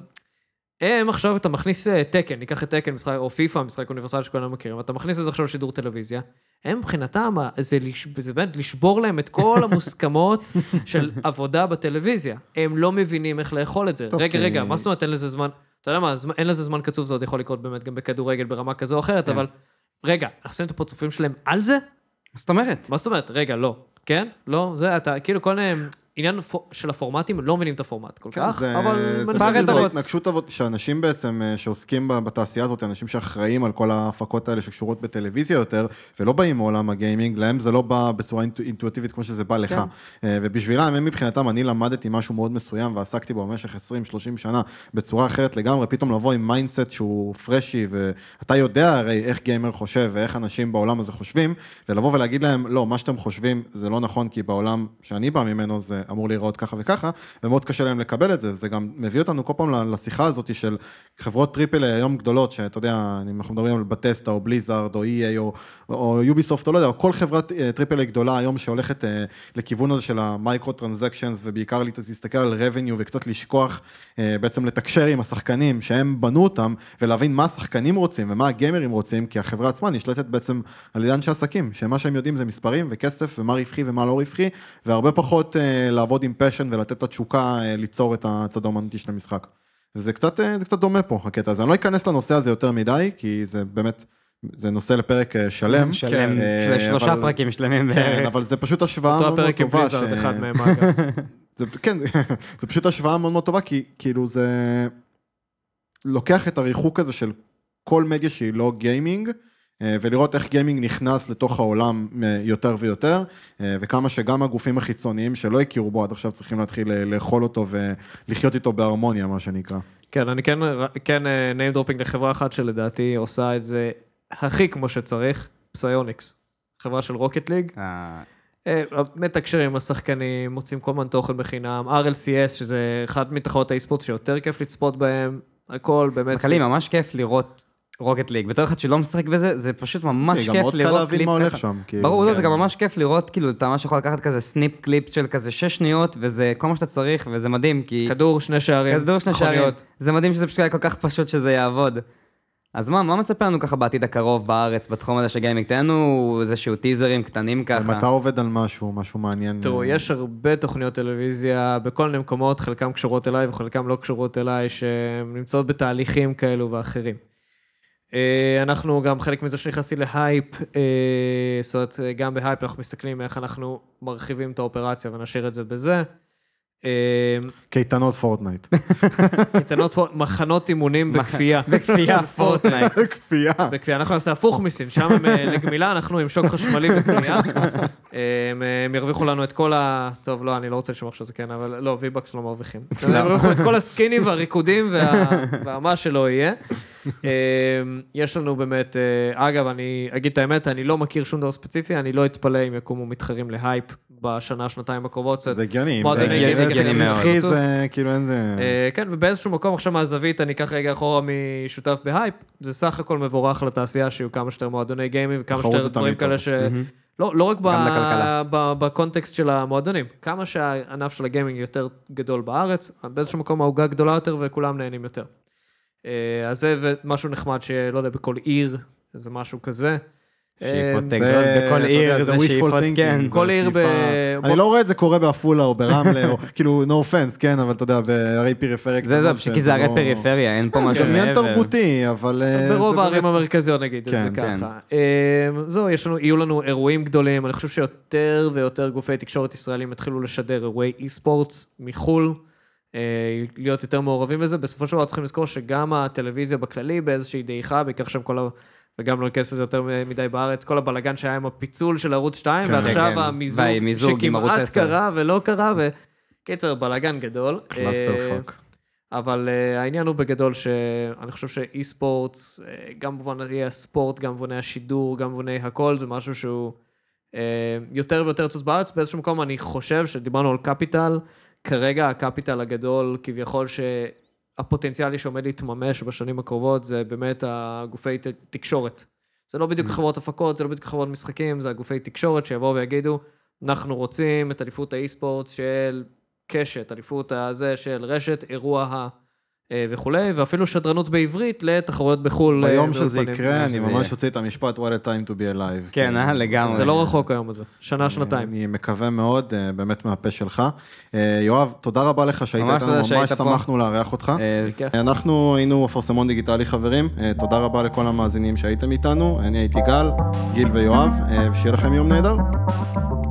הם עכשיו אתה מכניס תקן, ניקח את תקן, או פיפה, משחק אוניברסלי שכולנו מכירים, אתה מכניס את זה עכשיו לשידור טלוויזיה, הם מבחינתם, זה באמת לשבור להם את כל המוסכמות של עבודה בטלוויזיה. הם לא מבינים איך לאכול את זה. רגע, מה זאת אומרת, אין לזה זמן, אתה יודע מה, אין לזה זמן קצוב, זה עוד יכול לקרות באמת גם בכדורגל ברמה כזו או אחרת, אבל רגע, אנחנו עושים את הפרצופים שלהם על זה? מה זאת אומרת? רגע, לא. כן? לא, זה, אתה, כאילו כל עניין של הפורמטים, לא מבינים את הפורמט כל כך, אבל זה התנגשות שאנשים בעצם שעוסקים בתעשייה הזאת, אנשים שאחראים על כל ההפקות האלה שקשורות בטלוויזיה יותר, ולא באים מעולם הגיימינג, להם זה לא בא בצורה אינטואיטיבית כמו שזה בא לך. ובשבילם, הם מבחינתם, אני למדתי משהו מאוד מסוים, ועסקתי בו במשך 20-30 שנה, בצורה אחרת לגמרי, פתאום לבוא עם מיינדסט שהוא פרשי, ואתה יודע הרי איך גיימר חושב, ואיך אנשים בעולם הזה חושבים, ולבוא ולהגיד להם, לא, מה שאתם חושבים זה לא נכון, כי בעולם שאני בא ממנו זה אמור לראות ככה וככה, ומאוד קשה להם לקבל את זה. זה גם מביא אותנו כל פעם לשיחה הזאת של חברות טריפל היום גדולות, שאתה יודע, אנחנו מדברים על בטסטה, או בליזארד, או EA, או יוביסופט, או לא יודע, או כל חברת טריפל גדולה היום שהולכת לכיוון הזה של המייקרו טרנזקשנס, ובעיקר להסתכל על רבניו, וקצת לשכוח, בעצם לתקשר עם השחקנים שהם בנו אותם, ולהבין מה השחקנים רוצים, ומה הגיימרים רוצים, כי החברה עצמה נשלטת בעצם על ידי אנשי עסקים, שמה שהם יודעים זה מספרים וכסף, ומה רווחי ומה לא רווחי, והרבה פחות לעבוד עם פשן ולתת את התשוקה ליצור את הצד האמנותי של המשחק. וזה קצת דומה פה, הקטע הזה. אני לא אכנס לנושא הזה יותר מדי, כי זה באמת זה נושא לפרק שלם. שלם, 3 פרקים שלמים. כן, אבל זה פשוט השוואה מאוד מאוד טובה. אותו הפרק עם בליזרד, אחד מהם אגב. כן, זה פשוט השוואה מאוד מאוד טובה, כי כאילו זה לוקח את הריחוק הזה של כל מדיה שהיא לא גיימינג, ולראות איך גיימינג נכנס לתוך העולם יותר ויותר, וכמה שגם הגופים החיצוניים שלא הכירו בו עד עכשיו צריכים להתחיל לאכול אותו ולחיות איתו בהרמוניה, מה שנקרא. כן, אני כן name dropping לחברה אחת שלדעתי עושה את זה הכי כמו שצריך, פסיוניקס, חברה של רוקט ליג. מתקשרים עם השחקנים, מוצאים כל מיני תוכן בחינם, RLCS, שזה אחד מתחרות האי-ספורט שיותר כיף לצפות בהם, הכל באמת... מקלים, ממש כיף לראות רוקט ליג, בתור אחד שלא משחק בזה, זה פשוט ממש כיף לראות קליפ. גם מאוד קל להבין מה הולך שם. ברור, זה גם ממש כיף לראות, כאילו, אתה ממש יכול לקחת כזה סניפ קליפ של כזה 6 שניות, וזה כל מה שאתה צריך, וזה מדהים, כי... כדור, 2 שערים. כדור, 2 שערים. זה מדהים שזה פשוט היה כל כך פשוט שזה יעבוד. אז מה מצפה לנו ככה בעתיד הקרוב בארץ, בתחום הזה של גיימינג? תן לנו איזשהו טיזרים קטנים ככה. אם אתה עובד על משהו מעניין. תראו, יש הרבה תוכניות טלוויזיה בכל מיני מקומות, חלקם קשורות אליי וחלקם לא קשורות אליי, שנמצאות בתהליכים כאלו ואחרים. אנחנו גם חלק מזה שנכנסתי להייפ, זאת אומרת, גם בהייפ אנחנו מסתכלים איך אנחנו מרחיבים את האופרציה ונשאיר את זה בזה. קייטנות פורטנייט. מחנות אימונים בכפייה. בכפייה פורטנייט. בכפייה. בכפייה, אנחנו נעשה הפוך מסין, שם לגמילה אנחנו עם שוק חשמלי בכפייה. הם ירוויחו לנו את כל טוב, לא, אני לא רוצה לשמוח שזה כן, אבל לא, ויבקס לא מרוויחים. הם ירוויחו את כל הסקינים והריקודים והמה שלא יהיה. יש לנו באמת, אגב, אני אגיד את האמת, אני לא מכיר שום דבר ספציפי, אני לא אתפלא אם יקומו מתחרים להייפ בשנה, שנתיים הקרובות. זה הגיוני. הגיוני מאוד. זה כאילו אין זה... כן, ובאיזשהו מקום עכשיו מהזווית, אני אקח רגע אחורה משותף בהייפ, זה סך הכל מבורך לתעשייה, שיהיו כמה שיותר מועדוני גיימים, וכמה שיותר דברים כאלה ש... לא רק בקונטקסט של המועדונים, כמה שהענף של הגיימינג יותר גדול בארץ, באיזשהו מקום ההוגה גדולה יותר וכולם נהנים יותר. אז זה משהו נחמד שלא יודע, בכל עיר, זה משהו כזה. שאיפות גדול בכל עיר, זה שאיפות, כן. כל עיר אני לא רואה את זה קורה באפולה או ברמלה, או כאילו, no offense, כן, אבל אתה יודע, בערי פריפריה. זה כי זה ערי פריפריה, אין פה משהו מעבר. זה עניין תרבותי, אבל... ברוב הערים המרכזיות נגיד, זה ככה. זהו, יהיו לנו אירועים גדולים, אני חושב שיותר ויותר גופי תקשורת ישראלים התחילו לשדר אירועי אי-ספורטס מחול, להיות יותר מעורבים בזה, בסופו של דבר צריכים לזכור שגם הטלוויזיה בכללי באיזושהי דעיכה, בעיקר שם כל וגם לא נכנס לזה יותר מדי בארץ, כל הבלגן שהיה עם הפיצול של ערוץ 2, ועכשיו המיזוג שכמעט קרה ולא קרה, וקיצר, בלגן גדול. קלאסטר פאק. אבל העניין הוא בגדול שאני חושב שאי ספורט, גם במובני הספורט, גם במובני השידור, גם במובני הכל, זה משהו שהוא יותר ויותר צוץ בארץ. באיזשהו מקום אני חושב שדיברנו על קפיטל, כרגע הקפיטל הגדול כביכול הפוטנציאלי שעומד להתממש בשנים הקרובות, זה באמת הגופי תקשורת. זה לא בדיוק חברות הפקות, זה לא בדיוק חברות משחקים, זה הגופי תקשורת שיבואו ויגידו, אנחנו רוצים את אליפות האי-ספורט של קשת, אליפות הזה של רשת, אירוע וכולי, ואפילו שדרנות בעברית לתחרויות בחול. ביום שזה יקרה, אני ממש הוציא את המשפט, what a time to be alive. כן, לגמרי. זה לא רחוק היום הזה, שנה, שנתיים. אני מקווה מאוד, באמת מהפה שלך. יואב, תודה רבה לך שהיית איתנו, ממש שמחנו לארח אותך. אנחנו היינו אפרסמון דיגיטלי חברים, תודה רבה לכל המאזינים שהייתם איתנו, אני הייתי גל, גיל ויואב, ושיהיה לכם יום נהדר.